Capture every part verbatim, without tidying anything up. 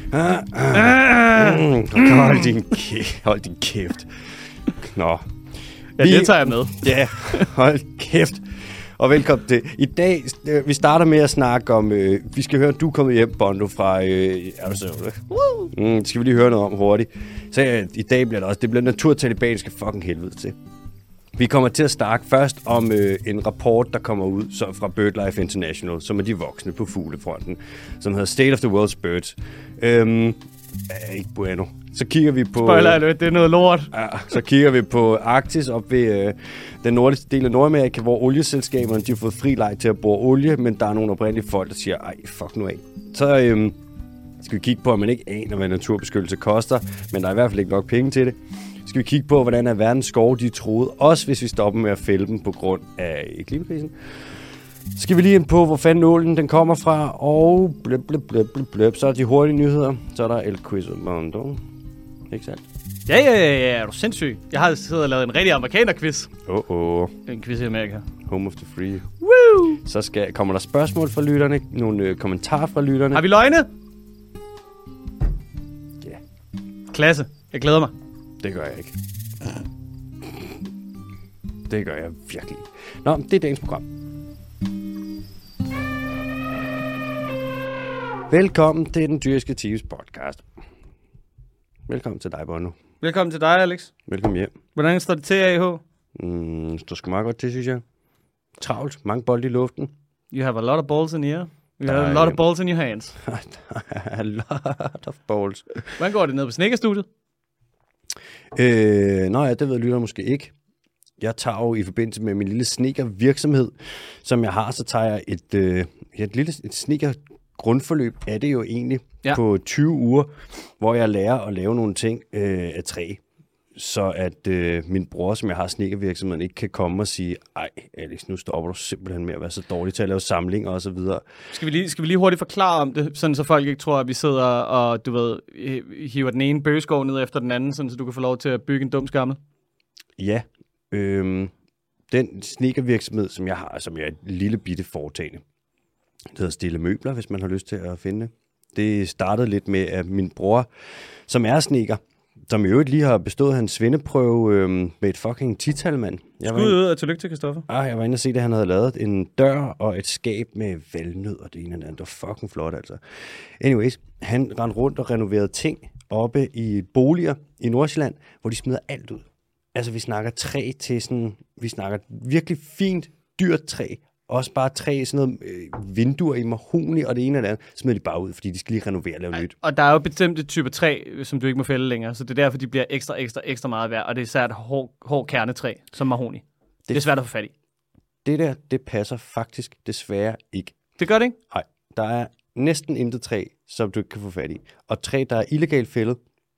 Ah, ah. Mm, hold din kæft. Hold din kæft. Nå. Ja, vi, det tager jeg med. Ja, hold kæft. Og velkommen til. I dag, vi starter med at snakke om, øh, vi skal høre, at du er kommet hjem, Bondo, fra... Øh, mm, det skal vi lige høre noget om hurtigt. Så øh, i dag bliver det også, det bliver naturtalibanske fucking helvede til. Vi kommer til at snakke først om øh, en rapport, der kommer ud så fra BirdLife International, som er de voksne på fuglefronten, som hedder State of the World's Birds. Øhm, øh, ikke bueno. Så kigger vi på... Spoiler alert, det er noget lort. Ja, så kigger vi på Arktis op ved øh, den nordligste del af Nordamerika, hvor olieselskaberne de har fået fri leg til at bore olie, men der er nogle oprindelige folk, der siger, ej, fuck nu af. Så øh, skal vi kigge på, at man ikke aner, hvad naturbeskyttelse koster, men der er i hvert fald ikke nok penge til det. Skal vi kigge på, hvordan er verdens skove, de er truet, også hvis vi stopper med at fælde dem på grund af klimakrisen. Så skal vi lige ind på, hvor fanden ålen den kommer fra, og bløb, bløb, bløb, bløb, bløb. Så er de hurtige nyheder, så er der El Quiz Mondo. Ikke sandt? Ja, ja, ja, ja, er du sindssyg? Jeg har siddet og lavet en rigtig amerikaner-quiz. Åh, oh, åh. Oh. En quiz i Amerika. Home of the free. Woo! Så skal, kommer der spørgsmål fra lytterne, nogle øh, kommentarer fra lytterne. Har vi løgne? Ja. Klasse. Jeg glæder mig. Det gør jeg ikke. Det gør jeg virkelig. Nå, det er dagens program. Velkommen til den dyriske Tives podcast. Velkommen til dig, Bono. Velkommen til dig, Alex. Velkommen hjem. Hvordan står det til, A H? Mm, det står sgu meget godt til, synes jeg. Travlt. Mange bolde i luften. You have a lot of balls in here. You Der have a er, lot of balls in your hands. A lot of balls. Hvordan går det ned på Snekkerstudiet? Øh, nej, det ved lytter måske ikke. Jeg tager jo i forbindelse med min lille sneaker-virksomhed, som jeg har, så tager jeg et, øh, et lille et sneaker-grundforløb er det jo egentlig ja. på tyve uger, hvor jeg lærer at lave nogle ting øh, af træ, så at øh, min bror, som jeg har sneaker-virksomheden, ikke kan komme og sige, ej Alex, nu stopper du simpelthen med at være så dårlig til at lave samlinger og så videre. Skal vi lige, skal vi lige hurtigt forklare om det, sådan så folk ikke tror, at vi sidder og, du ved, hiver den ene bøgeskov ned efter den anden, sådan så du kan få lov til at bygge en dum skammel? Ja, øhm, den sneaker-virksomhed, som jeg har, som jeg er et lille bitte foretagende, det hedder Stille Møbler, hvis man har lyst til at finde det. Det startede lidt med, at min bror, som er sneaker, som i øvrigt lige har bestået hans svendeprøve øhm, med et fucking tital, mand. Skud ud og tillykke til Christoffer. Ah, jeg var inde og se, at han havde lavet en dør og et skab med valnød og det ene og det andet. Det var fucking flot, altså. Anyways, han rendte rundt og renoverede ting oppe i boliger i Nordsjælland, hvor de smider alt ud. Altså, vi snakker træ til sådan, vi snakker virkelig fint, dyrt træ. Også bare træ, sådan noget øh, vinduer i mahogni og det ene og det andet, smider de bare ud, fordi de skal lige renovere og lave nyt. Og der er jo bestemte typer træ, som du ikke må fælde længere, så det er derfor, de bliver ekstra, ekstra, ekstra meget værd, og det er især et hård, hård kernetræ, som mahogni. Det, det er svært at få fat i. Det der, det passer faktisk desværre ikke. Det gør det ikke? Nej, der er næsten intet træ, som du ikke kan få fat i. Og træ, der er illegalt fældet,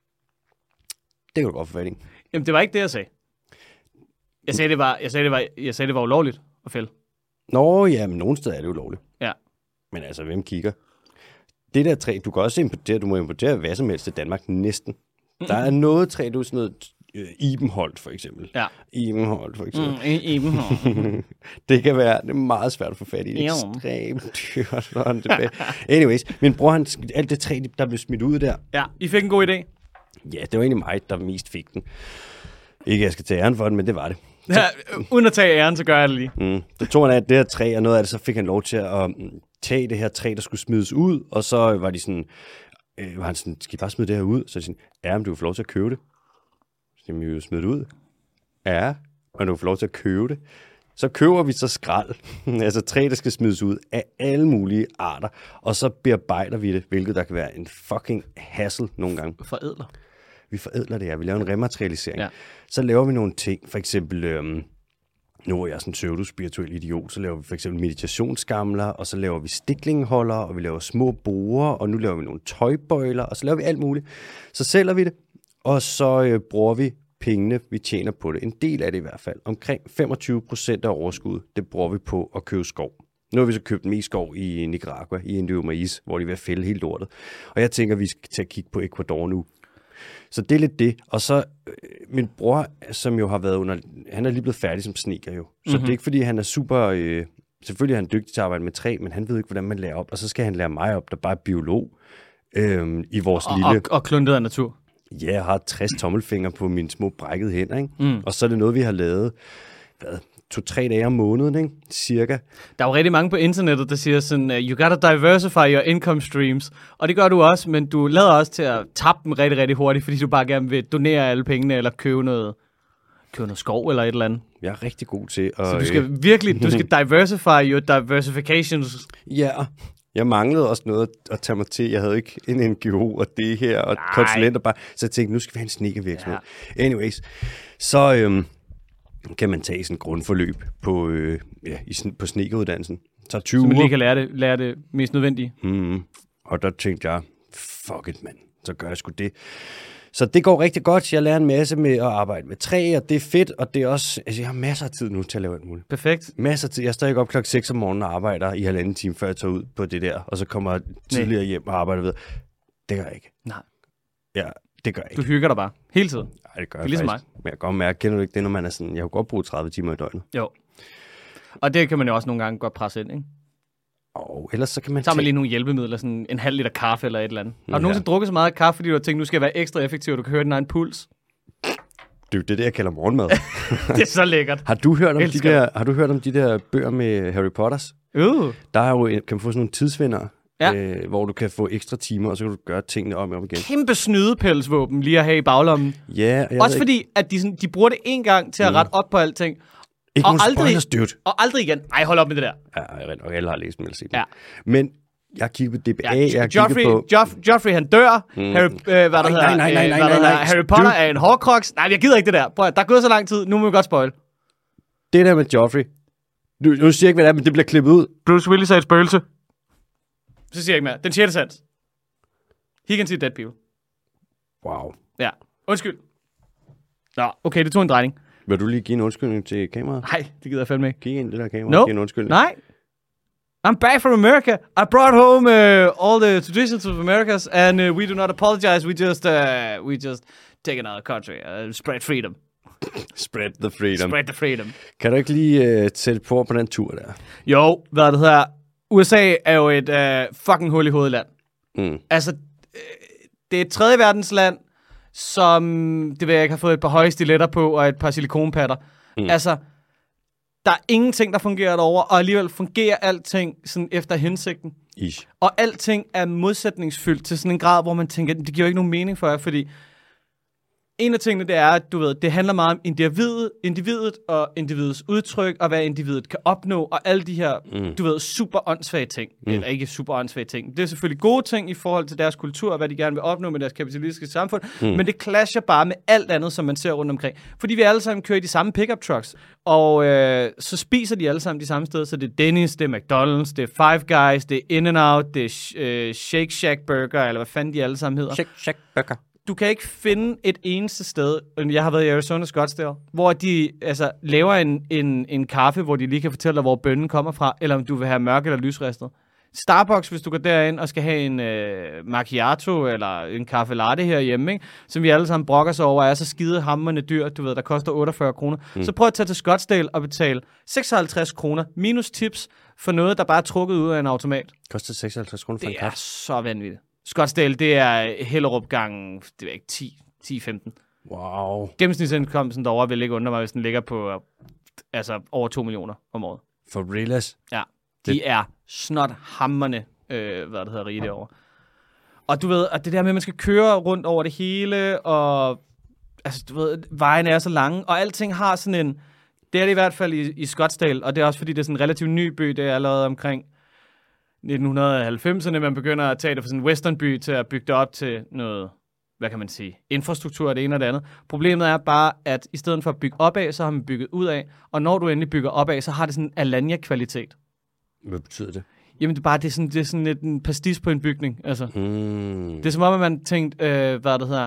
det kan du godt få fat i. Jamen, det var ikke det, jeg sagde. Jeg sagde, det var, jeg sagde, det var, jeg sagde, det var ulovligt at fælde. Nå, ja, men nogle steder er det ulovligt. Ja. Men altså, hvem kigger? Det der træ, du kan også importere, du må importere hvad som helst til Danmark, næsten. Mm-hmm. Der er noget træ, du er sådan noget øh, Ibenholt, for eksempel. Ja. Ibenholt, for eksempel. Mm, Ibenholt. Det kan være, det er meget svært at få fat i. Det er ekstremt dyrt. Anyways, min bror, han, alt det træ, der blev smidt ud der. Ja, I fik en god idé. Ja, det var egentlig mig, der mest fik den. Ikke, jeg skal tage æren for den, men det var det. Så, ja, uden at tage æren, så gør jeg det lige. Mm. Så tog han af det her træ, og noget af det, så fik han lov til at um, tage det her træ, der skulle smides ud, og så var de sådan, øh, var han sådan, skal I bare smide det her ud? Så jeg sådan, ja, men du får lov til at købe det. Så jamen, vi jo smide det ud. Ja, men du får lov til at købe det. Så køber vi så skrald, altså træ, der skal smides ud af alle mulige arter, og så bearbejder vi det, hvilket der kan være en fucking hassle nogle gange. Forædler. Vi forædler det her. Vi laver en rematerialisering. Ja. Ja. Så laver vi nogle ting. For eksempel, øhm, nu er jeg sådan en pseudo-spirituel idiot, så laver vi for eksempel meditationsgamler, og så laver vi stiklingholdere, og vi laver små borer, og nu laver vi nogle tøjbøjler, og så laver vi alt muligt. Så sælger vi det, og så øh, bruger vi pengene, vi tjener på det. En del af det i hvert fald. Omkring femogtyve procent af overskuddet, det bruger vi på at købe skov. Nu har vi så købt mest skov i Nicaragua, i Indio Maíz, hvor de er ved at fælde helt lortet. Og jeg tænker, vi skal til at kigge på Ecuador nu. Så det er lidt det. Og så øh, min bror, som jo har været under... Han er lige blevet færdig som sneaker jo. Så mm-hmm. det er ikke, fordi han er super... Øh, selvfølgelig er han dygtig til at arbejde med træ, men han ved ikke, hvordan man lærer op. Og så skal han lære mig op, der bare er biolog. øhm, i vores og, lille... Og, og kluntet af natur. Ja, jeg har tres tommelfingre på mine små brækkede hænder, ikke? Mm. Og så er det noget, vi har lavet, hvad, to-tre dage om måneden, ikke? Cirka. Der er jo rigtig mange på internettet, der siger sådan, uh, you gotta diversify your income streams. Og det gør du også, men du lader også til at tabe dem rigtig, rigtig hurtigt, fordi du bare gerne vil donere alle pengene, eller købe noget, købe noget skov eller et eller andet. Jeg er rigtig god til at... Så du skal virkelig, du skal diversify your diversifications. Ja, jeg manglede også noget at tage mig til. Jeg havde ikke en N G O og det her, og Nej. konsulenter bare. Så jeg tænkte, nu skal vi have en snedkervirksomhed. Ja. Anyways, så øhm, kan man tage sådan en grundforløb på, øh, ja, i, på snedkeruddannelsen. Så tyve Så man uger. lige kan lære det, lære det mest nødvendige. Mm. Og der tænkte jeg, fuck it, mand. Så gør jeg sgu det. Så det går rigtig godt. Jeg lærer en masse med at arbejde med træ, og det er fedt, og det er også... Altså, jeg har masser af tid nu til at lave alt muligt. Perfekt. Masser af tid. Jeg står ikke op klokken seks om morgenen og arbejder i halvanden time, før jeg tager ud på det der, og så kommer jeg tidligere hjem og arbejder videre. Det gør jeg ikke. Nej. Ja, det gør jeg ikke. Du hygger dig bare. Hele tiden. Nej, det gør det er jeg ligesom faktisk. Men jeg kan godt mærke, kender du ikke det, når man er sådan... Jeg kunne godt bruge tredive timer i døgnet. Jo. Og det kan man jo også nogle gange godt presse ind, ikke? Og ellers så kan man... Så har man tage- lige nogle hjælpemidler, sådan en halv liter kaffe eller et eller andet. Har Ja. du nogensinde drukket så meget kaffe, fordi du har tænkt, nu skal jeg være ekstra effektiv, og du kan høre din egen puls? Det er jo det, der, jeg kalder morgenmad. Det er så lækkert. Har du hørt om de Elsker der, har du hørt om de der bøger med Harry Potters? Uh. Der er jo, kan man få sådan nogle tidsvinder, Ja. øh, hvor du kan få ekstra timer, og så kan du gøre tingene om og om igen. Kæmpe snydepelsvåben lige at have i baglommen. Ja, og jeg Også ved fordi, at de, sådan, de bruger det en gang til at Mm. rette op på alting, ikke og nogen aldrig- spoilers, dude. og aldrig igen. Ej, hold op med det der. Ja, jeg ved nok, alle har læst dem eller set dem. Ja. Men jeg har kigget på D B A, Ja, jeg har Joffrey, kigget på... Joff, Joffrey, han dør. Mm. Harry, øh, hvad der Nej, hedder, nej, nej, nej, øh, nej, hvad der nej, hedder, nej. Harry Potter Dude. er en hårcrux. Nej, jeg gider ikke det der. Prøv, at- der er gået så lang tid. Nu må vi godt spoil. Det der med Joffrey. Nu, nu siger jeg ikke, hvad det er, men det bliver klippet ud. Bruce Willis er et spøgelse. Så siger jeg ikke mere. Den sjette sans. He can see dead people. Wow. Ja. Undskyld. Nå, okay, det tog en drejning. Vil du lige give en undskyldning til kameraet? Nej, det gider jeg fandme ikke. Kig ind i det der kamera No. og give en undskyldning. Nej. I'm back from America. I brought home uh, all the traditions of Americas, and uh, we do not apologize. We just, uh, we just take another country, uh, spread freedom, Spread the freedom. spread the freedom. Kan du ikke lige uh, sætte på på den tur der? Jo, hvad det hedder. U S A er jo et uh, fucking hul i hovedet land. Mm. Altså, øh, det er et tredje verdensland, som, det ved jeg ikke, har fået et par høje stiletter på og et par silikonpatter. Mm. Altså, der er ingenting, der fungerer derovre, og alligevel fungerer alting sådan efter hensigten. Ish. Og alting er modsætningsfyldt til sådan en grad, hvor man tænker, det giver jo ikke nogen mening for jer, fordi en af tingene, det er, at du ved, det handler meget om individet, individet og individets udtryk, og hvad individet kan opnå, og alle de her, mm. du ved, super åndssvage ting. Mm. Eller ikke super åndssvage ting. Det er selvfølgelig gode ting i forhold til deres kultur, og hvad de gerne vil opnå med deres kapitalistiske samfund, mm. men det clasher bare med alt andet, som man ser rundt omkring. Fordi vi alle sammen kører i de samme pickup trucks, og øh, så spiser de alle sammen de samme steder, så det er Dennis, det er McDonald's, det er Five Guys, det er In-N-Out, det er øh, Shake Shack Burger, eller hvad fanden de alle sammen hedder. Shake, shake, burger. Du kan ikke finde et eneste sted, jeg har været i Arizona Scottsdale, hvor de altså, laver en, en, en kaffe, hvor de lige kan fortælle dig, hvor bønnen kommer fra, eller om du vil have mørk eller lysristet. Starbucks, hvis du går derind og skal have en øh, macchiato eller en kaffe latte herhjemme, ikke? Som vi alle sammen brokker sig over, er så skide hamrende dyr, du ved, der koster otteogfyrre kroner. Mm. Så prøv at tage til Scottsdale og betale seksoghalvtreds kroner minus tips for noget, der bare er trukket ud af en automat. Koster seksoghalvtreds kroner for en Det er kaffe. så vanvittigt. Scottsdale, det er Hellerup gang, det er ikke ti til femten. Wow. Gennemsnitsindkomsten derovre vil ikke undre mig, hvis den ligger på altså over to millioner om året. For reals. Ja, de det. er snot hammerne, øh, hvad det hedder, rige derovre. Og du ved, at det der med, at man skal køre rundt over det hele, og altså, du ved, vejene er så lange, og alting har sådan en, det er det i hvert fald i, i Scottsdale, og det er også fordi, det er sådan en relativt ny by, det er allerede omkring nitten halvfemserne, man begynder at tage det fra sådan en westernby til at bygge det op til noget, hvad kan man sige, infrastruktur og det ene og det andet. Problemet er bare, at i stedet for at bygge opad, så har man bygget ud af, og når du endelig bygger opad, så har det sådan en Alanya-kvalitet. Hvad betyder det? Jamen, det er bare det er sådan, det er sådan lidt en pastis på en bygning. Altså. Mm. Det er som om, at man tænkte, øh, hvad det hedder,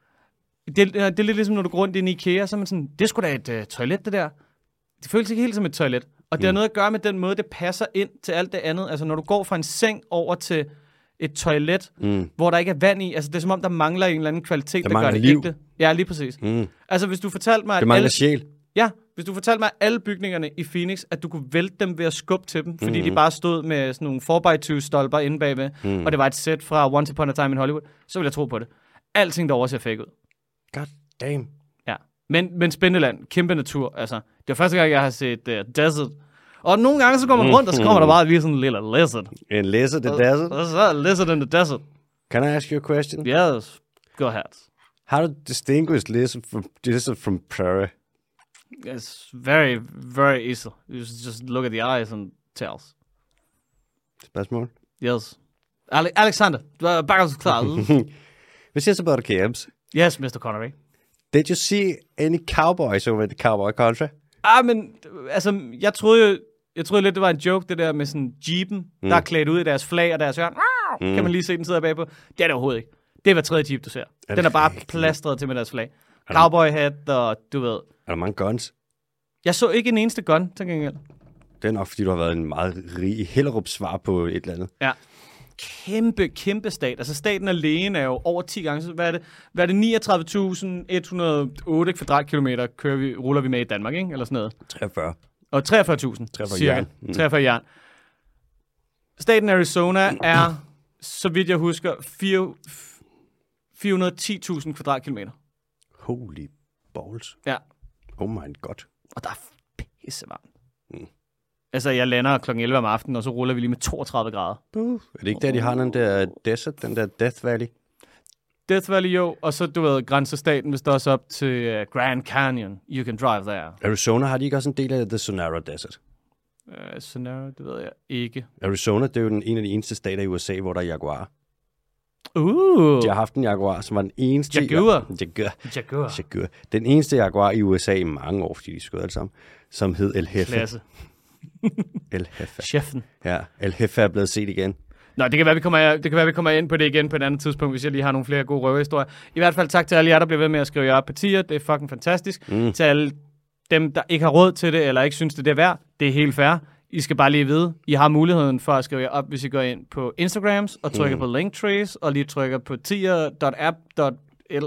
det, det er lidt ligesom, når du går rundt ind i IKEA, så er man sådan, det er sgu da et øh, toilet, det der. Det føles ikke helt som et toilet. Og det har Mm. noget at gøre med den måde, det passer ind til alt det andet. Altså, når du går fra en seng over til et toilet, Mm. hvor der ikke er vand i, altså det er som om, der mangler en eller anden kvalitet, Der der, gør mangler det liv. ægte. Ja, lige præcis. Mm. Altså, hvis du fortalte mig, Det at mangler alle, sjæl. Ja, hvis du fortalte mig alle bygningerne i Phoenix, at du kunne vælte dem ved at skubbe til dem, fordi mm-hmm. de bare stod med sådan nogle fire by tyve stolper inde bagved, mm. og det var et sæt fra Once Upon a Time in Hollywood, så ville jeg tro på det. Alting derovre ser fake ud. God damn. Ja, men, men spændende land, kæmpe natur. Altså, det var første gang, jeg har set uh, desert. Og nogle gange så går man rundt, og så kommer der bare lige sådan en lille lizard. En lizard in the desert? Og så er lizard in the desert. Can I ask you a question? Yes, go ahead. How to distinguish lizard from, lizard from prairie? It's very, very easy. You just look at the eyes and tells. Spørgsmål? Yes. Ale- Alexander, du er bare så klar. Hvad siger så about the Cavs? Yes, mister Connery. Did you see any cowboys over the cowboy country? Ah, men altså, jeg troede jo, jeg troede lidt, det var en joke, det der med sådan jeepen, mm. der er klædt ud i deres flag og deres hjørn. Mm. Kan man lige se, den sidder bagpå? Det er det overhovedet ikke. Det er hver tredje jeep, du ser. Er den er bare rigtigt? Plastret til med deres flag. Cowboy hat og du ved. Er der mange guns? Jeg så ikke en eneste gun, til gengæld. Det er nok, fordi du har været en meget rig Hellerup svar på et eller andet. Ja. Kæmpe, kæmpe stat. Altså staten alene er jo over ti gange. Så hvad er det? Hvad er det? niogtredive tusind et hundrede og otte kvadratkilometer kører vi, ruller vi med i Danmark, ikke? Eller sådan noget. treogfyrre. Og treogfyrre tusind. treogfyrre cirka. jern. Mm. treogfyrre jern. Staten Arizona er, så vidt jeg husker, fire hundrede og ti tusind kvadratkilometer. Holy balls. Ja. Oh my god. Og der er pisse varmt. Mm. Altså, jeg lander klokken elleve om aftenen, og så ruller vi lige med toogtredive grader. Uh, er det ikke der, de har den der desert, den der Death Valley? Death Valley, jo. Og så, du ved, grænsestaten, hvis der også op til uh, Grand Canyon. You can drive there. Arizona, har de ikke også en del af The Sonora Desert? Uh, Sonora, det ved jeg ikke. Arizona, det er jo den, en af de eneste stater i U S A, hvor der er jaguar. Uh. De har haft en jaguar, som var den eneste... Jaguar. Jaguar. Jaguar. Jaguar. Den eneste jaguar i U S A i mange år, fordi de skød alle sammen, som hed El Jefe. Klasse. El Jefe. Chefen. Ja, El Jefe er blevet set igen. Nå, det kan være, vi kommer, det kan være, vi kommer ind på det igen på et andet tidspunkt, hvis jeg lige har nogle flere gode røverhistorier. I hvert fald tak til alle jer, der bliver ved med at skrive jer op på tier. Det er fucking fantastisk. Mm. Til alle dem, der ikke har råd til det, eller ikke synes, det er værd. Det er helt fair. I skal bare lige vide, I har muligheden for at skrive jer op, hvis I går ind på Instagrams og trykker mm. på Linktrees, og lige trykker på tier dot app dot l.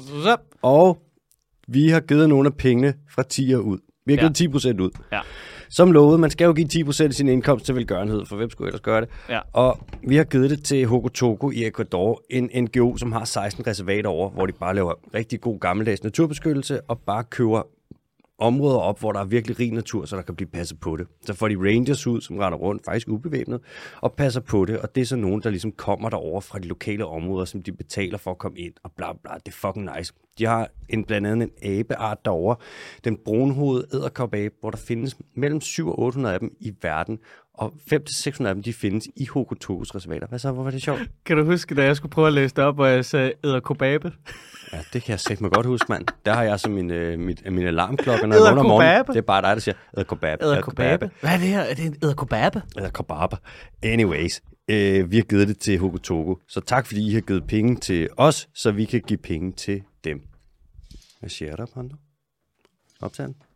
Og vi har givet nogle af pengene fra tier ud. Vi har givet ja. ti procent ud. Ja. Som lovet, man skal jo give ti procent af sin indkomst til velgørenhed, for hvem skulle ellers gøre det? Ja. Og vi har givet det til Hokotoco i Ecuador, en N G O, som har seksten reservater over, hvor de bare laver rigtig god gammeldags naturbeskyttelse, og bare køber områder op, hvor der er virkelig rig natur, så der kan blive passet på det. Så får de rangers ud, som render rundt, faktisk ubevæbnet, og passer på det, og det er så nogen, der ligesom kommer derover fra de lokale områder, som de betaler for at komme ind, og bla bla, det er fucking nice. De har en, blandt andet en abeart derovre, den brunhovedede edderkopabe, hvor der findes mellem syv og otte hundrede af dem i verden, og fem til seks hundrede af dem, de findes i Hokotokos reservater. Hvad så? Hvor var det sjovt? Kan du huske, da jeg skulle prøve at læse det op, hvor jeg sagde edderkopabe? Ja, det kan jeg sætte mig godt huske, mand. Der har jeg så min, øh, mit, min alarmklokke, når jeg vågner om morgenen. Det er bare dig, der siger edderkopabe. Edderkopabe? Hvad er det her? Er det en edderkopabe? Edderkopabe. Anyways, øh, vi har givet det til Hokotoko. Så tak, fordi I har givet penge til os, så vi kan give penge til dem. Hvad siger der, Ponder? Optag den.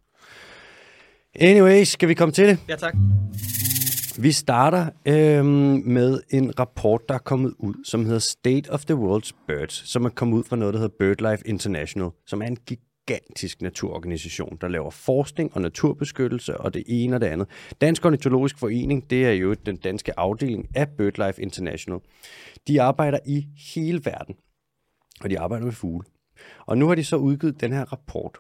Anyways, skal vi komme til det? Ja, tak. Vi starter øhm, med en rapport, der er kommet ud, som hedder State of the World's Birds, som er kommet ud fra noget, der hedder BirdLife International, som er en gigantisk naturorganisation, der laver forskning og naturbeskyttelse og det ene og det andet. Dansk Ornitologisk Forening, det er jo den danske afdeling af BirdLife International. De arbejder i hele verden, og de arbejder med fugle. Og nu har de så udgivet den her rapport.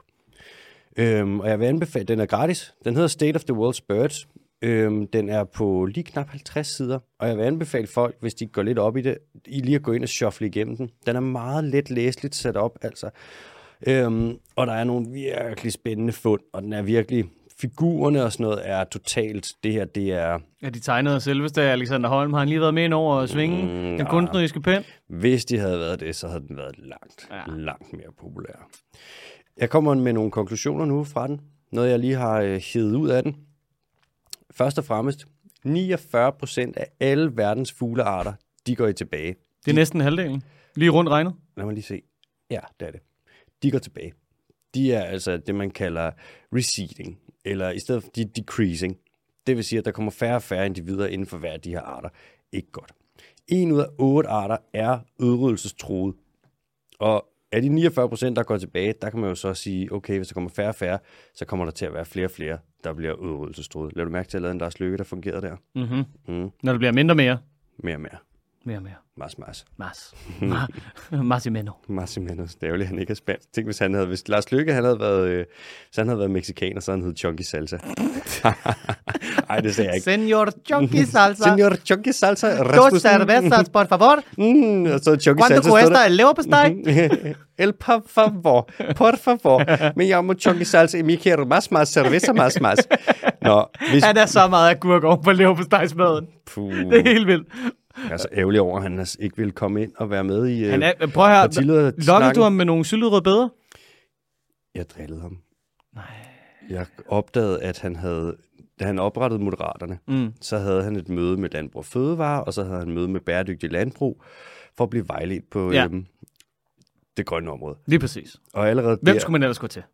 Øhm, og jeg vil anbefale, den er gratis. Den hedder State of the World's Birds. Øhm, den er på lige knap halvtreds sider, og jeg vil anbefale folk, hvis de går lidt op i det, I lige at gå ind og shuffle igennem den. Den er meget let læseligt sat op, altså. Øhm, og der er nogle virkelig spændende fund, og den er virkelig... Figurerne og sådan noget er totalt... Det her, det er... Ja, de tegnede selveste Alexander Holm. Har han lige været med ind over at svinge mm, den ja. kunstneriske pen? Hvis de havde været det, så havde den været langt, ja. langt mere populær. Jeg kommer med nogle konklusioner nu fra den. Noget, jeg lige har øh, hivet ud af den. Først og fremmest, niogfyrre procent af alle verdens fuglearter, de går i tilbage. Det er de, næsten halvdelen. Lige rundt regnet. Lad mig lige se. Ja, det er det. De går tilbage. De er altså det, man kalder receding, eller i stedet for de decreasing. Det vil sige, at der kommer færre og færre individer inden for hver af de her arter. Ikke godt. En ud af otte arter er udryddelsestruet. Og af de niogfyrre procent, der går tilbage, der kan man jo så sige, okay, hvis der kommer færre og færre, så kommer der til at være flere og flere, der bliver udryddelsestruet. Lad du mærke til, at jeg lavede en Lars Løkke, der fungerede der? Mm-hmm. Mm. Når det bliver mindre mere. Mere og mere. Mere og mere. Mas, mas. Mas. Massimeno. Massimeno. Det er jo han ikke er spansk. Tænk, hvis han havde, hvis Lars Løkke, han havde været, øh, hvis han havde været mexikaner, så han hed Chunky Salsa. Ej, det sagde jeg ikke. Senor Chunky Salsa. Senor Chunky Salsa. Dos cervezas, por favor. Mm, og så Chunky Quanto Salsa. cuesta el leverpostej? El por favor, por favor. Men jeg må Chunky Salsa i mi quiero mas, mas, cerveza, mas, mas. Nå, hvis... Han er så meget agurk over på leverpostejsmaden. Puh. Det er helt vildt. Jeg er så ærgerlig over, at han ikke ville komme ind og være med i han er, prøv at høre, lokkede du ham med nogle sylterød bedre? Jeg drillede ham. Nej. Jeg opdagede, at han havde, da han oprettede Moderaterne, mm. så havde han et møde med Landbrug og Fødevare, og så havde han et møde med Bæredygtig Landbrug, for at blive vejledt på ja. øhm, det grønne område. Lige præcis. Og allerede Hvem der, skulle man ellers gå til?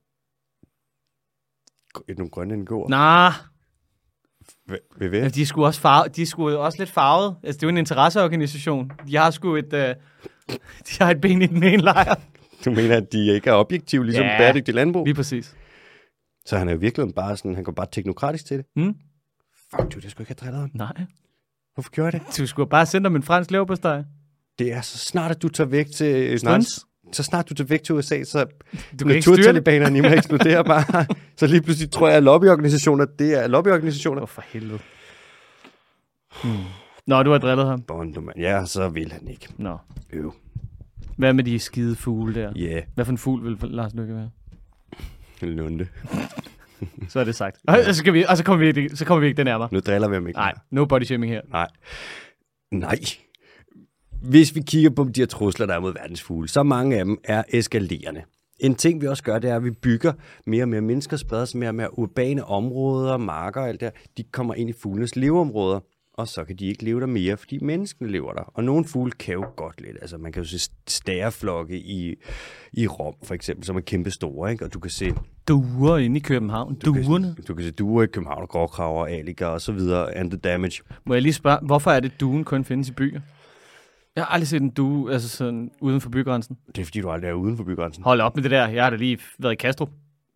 Nogle grønne N G O'er. Nej. Ved vi? Ja, de er sgu også farve, de er sgu også lidt farvet. Altså, det er jo en interesseorganisation. De har sgu et, uh, de har et ben i den ene lejr. Du mener, at de ikke er objektive, ligesom ja, Bæredygtig Landbrug? Lige præcis. Så han er jo virkelig bare sådan, han går bare teknokratisk til det. Mm. Fuck, du, det skulle ikke have drillet ham. Nej. Hvorfor gjorde jeg det? Du skulle bare sende dem en fransk leverpostej. Det er så snart, at du tager væk til... Snart, så snart du tager væk til U S A, så du naturtalibanerne i mig eksploderer bare. Så lige pludselig tror jeg, at lobbyorganisationer, det er lobbyorganisationer. Åh, for helvede. Hmm. Nå, du har drillet ham. Bondo, mand. Ja, så vil han ikke. Nå. Øv. Hvad med de skide fugle der? Ja. Yeah. Hvad for en fugl vil Lars Løkke være? En lunde. Så er det sagt. Og så, skal vi, og så kommer vi ikke, så kommer vi ikke det nærmere. Nu driller vi ham ikke. Nej, no body shaming her. Nej. Nej. Hvis vi kigger på de her trusler, der er mod verdens fugle, så mange af dem er eskalerende. En ting, vi også gør, det er, at vi bygger mere og mere mennesker, spreder sig mere og mere urbane områder, marker og alt det der. De kommer ind i fuglenes leveområder, og så kan de ikke leve der mere, fordi menneskene lever der. Og nogle fugle kan jo godt lidt. Altså, man kan jo se stærflokke i, i Rom, for eksempel, som er kæmpe store, ikke? Og du kan se... Duer inde i København. Du Duerne. Kan, du kan se duer i København, gråkraver, aliger og så videre, and the damage. Må jeg lige spørge, hvorfor er det, duen kun findes i byer? Jeg har aldrig set en due altså sådan, uden for bygrænsen. Det er fordi, du aldrig er uden for bygrænsen. Hold op med det der. Jeg har da lige været i Kastrup.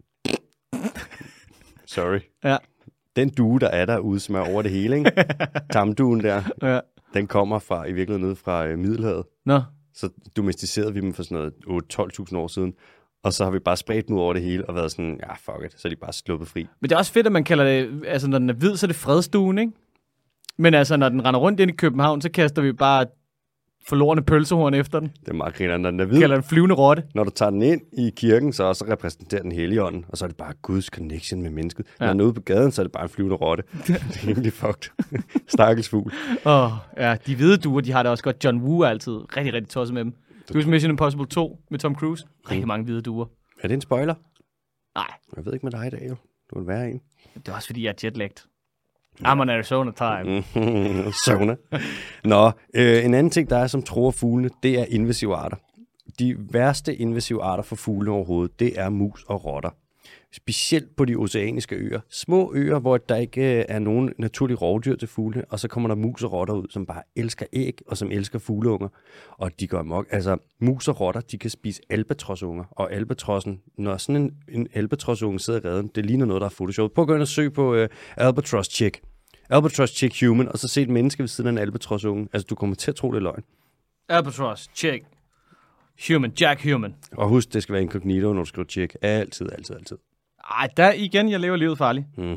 Sorry. Ja. Den due, der er derude, som er over det hele, ikke? Tamduen der, ja. Den kommer fra, i virkeligheden nede fra øh, Middelhavet. Nå. Så domesticerede vi dem for sådan noget otte til tolv tusind år siden. Og så har vi bare spredt dem ud over det hele og været sådan, ja, fuck it, så er de bare sluppet fri. Men det er også fedt, at man kalder det, altså når den er hvid, så er det fredstuen, ikke? Men altså, når den render rundt ind i København, så kaster vi bare forlorene pølsehorn efter den. Det er meget griner, når den er hvid. Kalder den flyvende rotte. Når du tager den ind i kirken, så også repræsenterer den Helligånden, og så er det bare Guds connection med mennesket. Ja. Når den er ude på gaden, så er det bare en flyvende rotte. Det er rimelig fucked. Stakkels fugl. Åh, oh, ja, de hvide duer, de har det også godt. John Woo er altid rigtig, rigtig tosset med dem. Du husker Mission Impossible to med Tom Cruise? Rigtig mange hvide duer. Er det en spoiler? Nej. Jeg ved ikke med dig i dag, jo. Du vil være en. Det er også fordi, jeg er jetlagd. I'm on Arizona time. Arizona. Nå, øh, en anden ting, der er, som truer fuglene, det er invasive arter. De værste invasive arter for fuglene overhovedet, det er mus og rotter. Specielt på de oceaniske øer. Små øer, hvor der ikke er nogen naturlige rovdyr til fuglene, og så kommer der mus og rotter ud, som bare elsker æg, og som elsker fugleunger. Og de går amok. Altså, mus og rotter, de kan spise albatrosunger, og albatrossen, når sådan en, en albatrosunge sidder i redden, det ligner noget, der er photoshoppet. Prøv at gå ind og søg på uh, albatross chick. Albatross chick human, og så se et menneske ved siden af en albatrosunge. Altså, du kommer til at tro, det er løgn. Albatross chick human, Jack Human. Og husk, det skal være incognito, når du skriver chick. Altid, altid, altid. Ej, der igen, jeg lever livet farligt. Mm.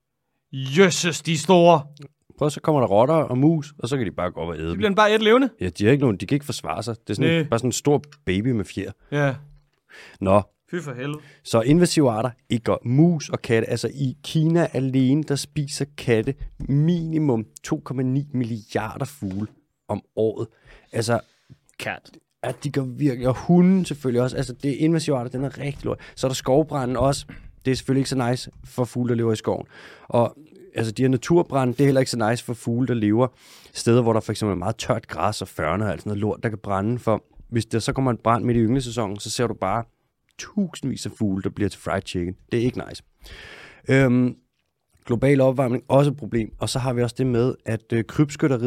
Jøsses, de er store. Prøv, så kommer der rotter og mus, og så kan de bare gå op og æde. De bliver bare et levende. Ja, de har ikke nogen, de kan ikke forsvare sig. Det er sådan en, bare sådan en stor baby med fjer. Ja. Nå. Fy for helvede. Så invasive arter, ikke godt. Mus og katte. Altså i Kina alene, der spiser katte minimum to komma ni milliarder fugle om året. Altså, kat. At de går virkelig, og hunden selvfølgelig også. Altså, det er invasive arter, den er rigtig lort. Så er der skovbranden også. Det er selvfølgelig ikke så nice for fugle, der lever i skoven. Og altså, de her naturbrænde, det er heller ikke så nice for fugle, der lever steder, hvor der for eksempel er meget tørt græs og førne og alt sådan noget lort, der kan brænde. For hvis der så kommer en brand midt i ynglesæsonen, så ser du bare tusindvis af fugle, der bliver til fried chicken. Det er ikke nice. Øhm, global opvarmning, også et problem. Og så har vi også det med, at øh, krybskytteriet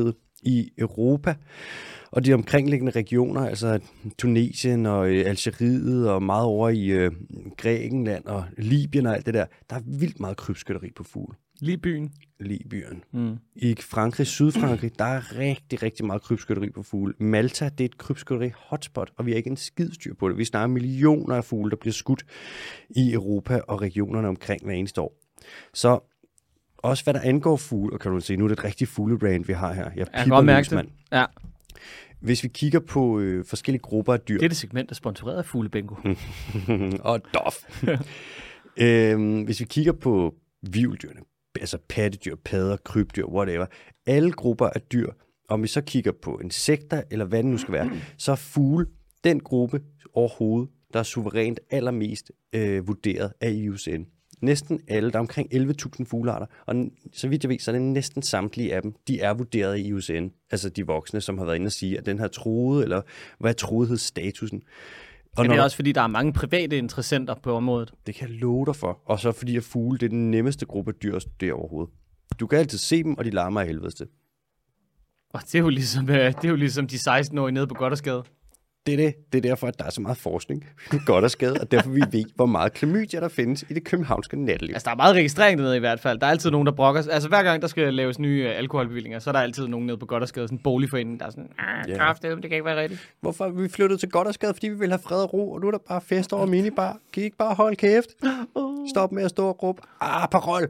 i Europa og de omkringliggende regioner, altså Tunesien og øh, Algeriet og meget over i øh, Grækenland og Libyen og alt det der. Der er vildt meget krybskytteri på fugle. Libyen. Libyen. Mm. I Frankrig, Sydfrankrig, der er rigtig, rigtig meget krybskytteri på fugle. Malta, det er et krybskytteri hotspot, og vi har ikke en skid styr på det. Vi snakker millioner af fugle, der bliver skudt i Europa og regionerne omkring hver eneste år. Så også hvad der angår fugle, og kan du se, nu er det et rigtigt fuglebrand, vi har her. Jeg, jeg kan godt mærke det. Ja. Hvis vi kigger på øh, forskellige grupper af dyr... Det er det segment, der er sponsoreret af Fuglebingo. og dof. øhm, hvis vi kigger på hvirveldyrene, altså pattedyr, padder, krybdyr, whatever, alle grupper af dyr, om vi så kigger på insekter, eller hvad det nu skal være, så er fugle den gruppe overhovedet, der er suverænt allermest øh, vurderet af I U C N. Næsten alle, der er omkring elleve tusind fuglearter, og så vidt jeg ved, så er det næsten samtlige af dem, de er vurderet af I U C N, altså de voksne, som har været inde og sige, at den her truede, eller hvad er truethedsstatusen. Og det er også fordi, der er mange private interessenter på området. Det kan jeg love dig for. Og så fordi, at fugle, det er den nemmeste gruppe dyr at studere overhovedet. Du kan altid se dem, og de larmer af helvedes til. Og det er jo ligesom, det er jo ligesom de seksten-årige nede på Gothersgade. Det er det. Det er derfor, at der er så meget forskning i Gothersgade, og derfor vi ved, hvor meget klamydia der findes i det københavnske natteliv. Altså, der er meget registrering dernede i hvert fald. Der er altid nogen, der brokker. Altså, hver gang der skal laves nye uh, alkoholbevillinger, så er der altid nogen nede på Gothersgade, sådan en boligforening, der er sådan, ah, kraft, det kan ikke være rigtigt. Hvorfor er vi flyttet til Gothersgade? Fordi vi vil have fred og ro, og nu er der bare fest over minibar. Kan I ikke bare holde kæft? Stop med at stå og råbe, ah, parol!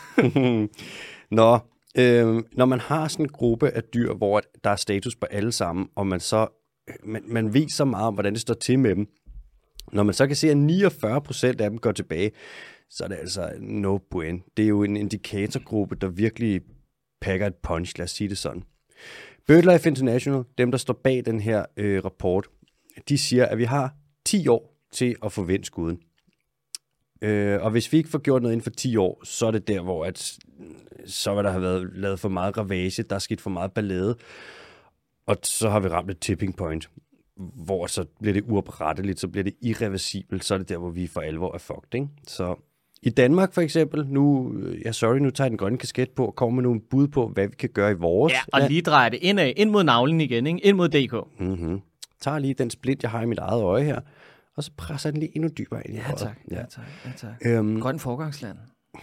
Nå, øh, når man har sådan en gruppe af dyr, hvor der er status på alle sammen, og man så Man, man ved så meget om, hvordan det står til med dem. Når man så kan se, at niogfyrre procent af dem går tilbage, så er det altså no bueno. Det er jo en indikatorgruppe, der virkelig pakker et punch, lad os sige det sådan. BirdLife International, dem der står bag den her øh, rapport, de siger, at vi har ti år til at forvente skuden. Øh, og hvis vi ikke får gjort noget inden for ti år, så er det der, hvor at, så vil der have været lavet for meget ravage, der er sket for meget ballade. Og så har vi ramt et tipping point, hvor så bliver det uopretteligt, så bliver det irreversibelt, så er det der, hvor vi for alvor er fucked, ikke? Så i Danmark for eksempel, nu, ja sorry, nu tager jeg den grønne kasket på og kommer med nogle bud på, hvad vi kan gøre i vores. Ja, og lige drejer det indad, ind mod navlen igen, ikke? Ind mod D K. Mm-hmm. Tager lige den split, jeg har i mit eget øje her, og så presser den lige endnu dybere ind i ja, tak, ja, tak, ja tak. Øhm, Grøn forgangsland.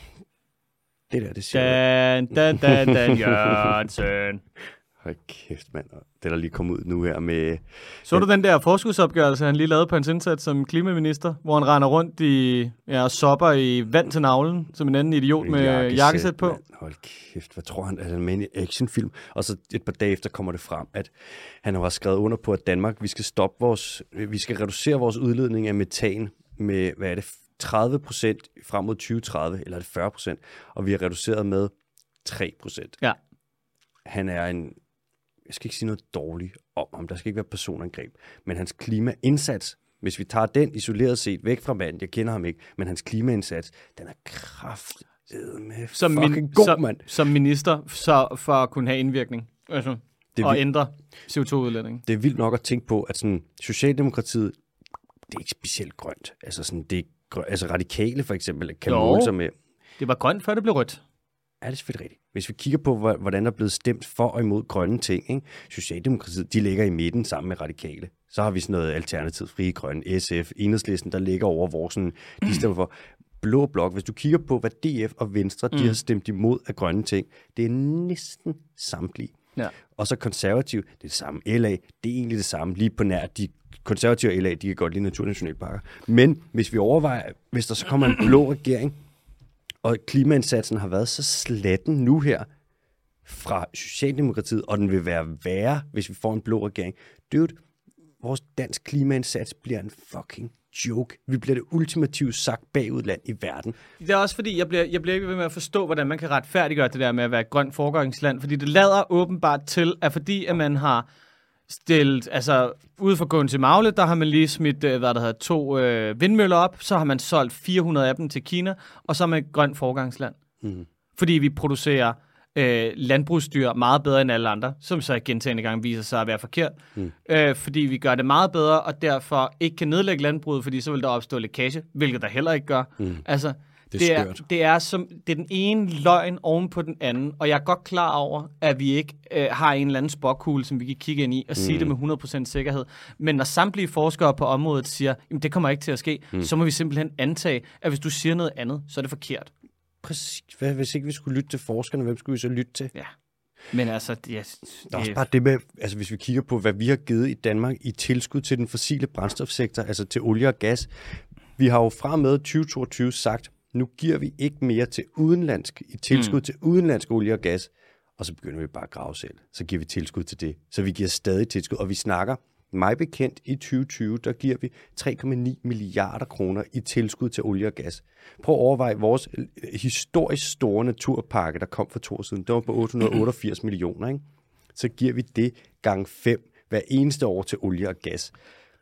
Det der, det siger Dan, dan, dan, Dan Jørgensen. Hold kæft, mand. Det der lige kom ud nu her med... Så du den der forskudsopgørelse, han lige lavede på hans indsats som klimaminister, hvor han render rundt i ja, og sopper i vand til navlen, som en anden idiot med jakkesæt, jakkesæt på? Man. Hold kæft, hvad tror han? Er han med i en actionfilm? Og så et par dage efter kommer det frem, at han har skrevet under på, at Danmark, vi skal stoppe vores... Vi skal reducere vores udledning af metan med, hvad er det, tredive procent frem mod tyve tredive, eller er det fyrre procent? Og vi har reduceret med tre procent. Ja. Han er en... Jeg skal ikke sige noget dårligt om ham. Der skal ikke være personangreb. Men hans klimaindsats, hvis vi tager den isoleret set væk fra manden, jeg kender ham ikke, men hans klimaindsats, den er kraftedeme som fucking min, god, som, mand. Som minister, så for at kunne have indvirkning altså, det og ændre C O to udledning. Det er vildt nok at tænke på, at sådan, Socialdemokratiet, det er ikke specielt grønt. Altså, sådan, det er grønt, altså radikale for eksempel, kan måle sig med. Det var grønt, før det blev rødt. Ja, det er selvfølgelig rigtigt. Hvis vi kigger på, hvordan der er blevet stemt for og imod grønne ting, ikke? Socialdemokratiet, de ligger i midten sammen med radikale. Så har vi sådan noget alternativ, Frie Grønne, S F, Enhedslisten, der ligger over, hvor sådan, de stemmer for blå blok. Hvis du kigger på, hvad D F og Venstre, mm. de har stemt imod af grønne ting, det er næsten samtlige. Ja. Og så konservativ, det er det samme. L A, det er egentlig det samme. Lige på nær, de konservative og L A, de kan godt lide naturnationalparker. Men hvis vi overvejer, hvis der så kommer en blå regering, og klimaindsatsen har været så slatten nu her fra Socialdemokratiet, og den vil være værre, hvis vi får en blå regering. Dude, vores dansk klimaindsats bliver en fucking joke. Vi bliver det ultimative sagt bagudland i verden. Det er også fordi, jeg bliver, jeg bliver ikke ved med at forstå, hvordan man kan retfærdiggøre det der med at være et grønt foregangsland, fordi det lader åbenbart til, at fordi at man har stillet, altså ude for gåen til Magle, der har man lige smidt, hvad der hedder, to øh, vindmøller op, så har man solgt fire hundrede af dem til Kina, og så er man et grønt foregangsland. Mm. Fordi vi producerer øh, landbrugsdyr meget bedre end alle andre, som så gentagne gange viser sig at være forkert. Mm. Øh, fordi vi gør det meget bedre, og derfor ikke kan nedlægge landbruget, fordi så vil der opstå lækage, hvilket der heller ikke gør. Mm. Altså, Det er, det er, skørt. det er, som, det er den ene løgn oven på den anden, og jeg er godt klar over, at vi ikke øh, har en eller anden spåkugle, som vi kan kigge ind i og mm. sige det med hundrede procent sikkerhed. Men når samtlige forskere på området siger, at det kommer ikke til at ske, mm. så må vi simpelthen antage, at hvis du siger noget andet, så er det forkert. Præcis. Hvad, hvis ikke vi skulle lytte til forskerne, hvem skulle vi så lytte til? Ja. Men altså, det er... Der er også bare det med, altså hvis vi kigger på, hvad vi har givet i Danmark i tilskud til den fossile brændstofsektor, altså til olie og gas. Vi har jo fra med tyve toogtyve sagt, nu giver vi ikke mere til udenlandsk, i tilskud mm. til udenlandsk olie og gas, og så begynder vi bare at grave selv. Så giver vi tilskud til det. Så vi giver stadig tilskud, og vi snakker, mig bekendt, i tyve tyve, der giver vi tre komma ni milliarder kroner i tilskud til olie og gas. Prøv at overveje vores historisk store naturpakke, der kom for to år siden. Det var på otte hundrede otteogfirs millioner, ikke? Så giver vi det gang fem hver eneste år til olie og gas.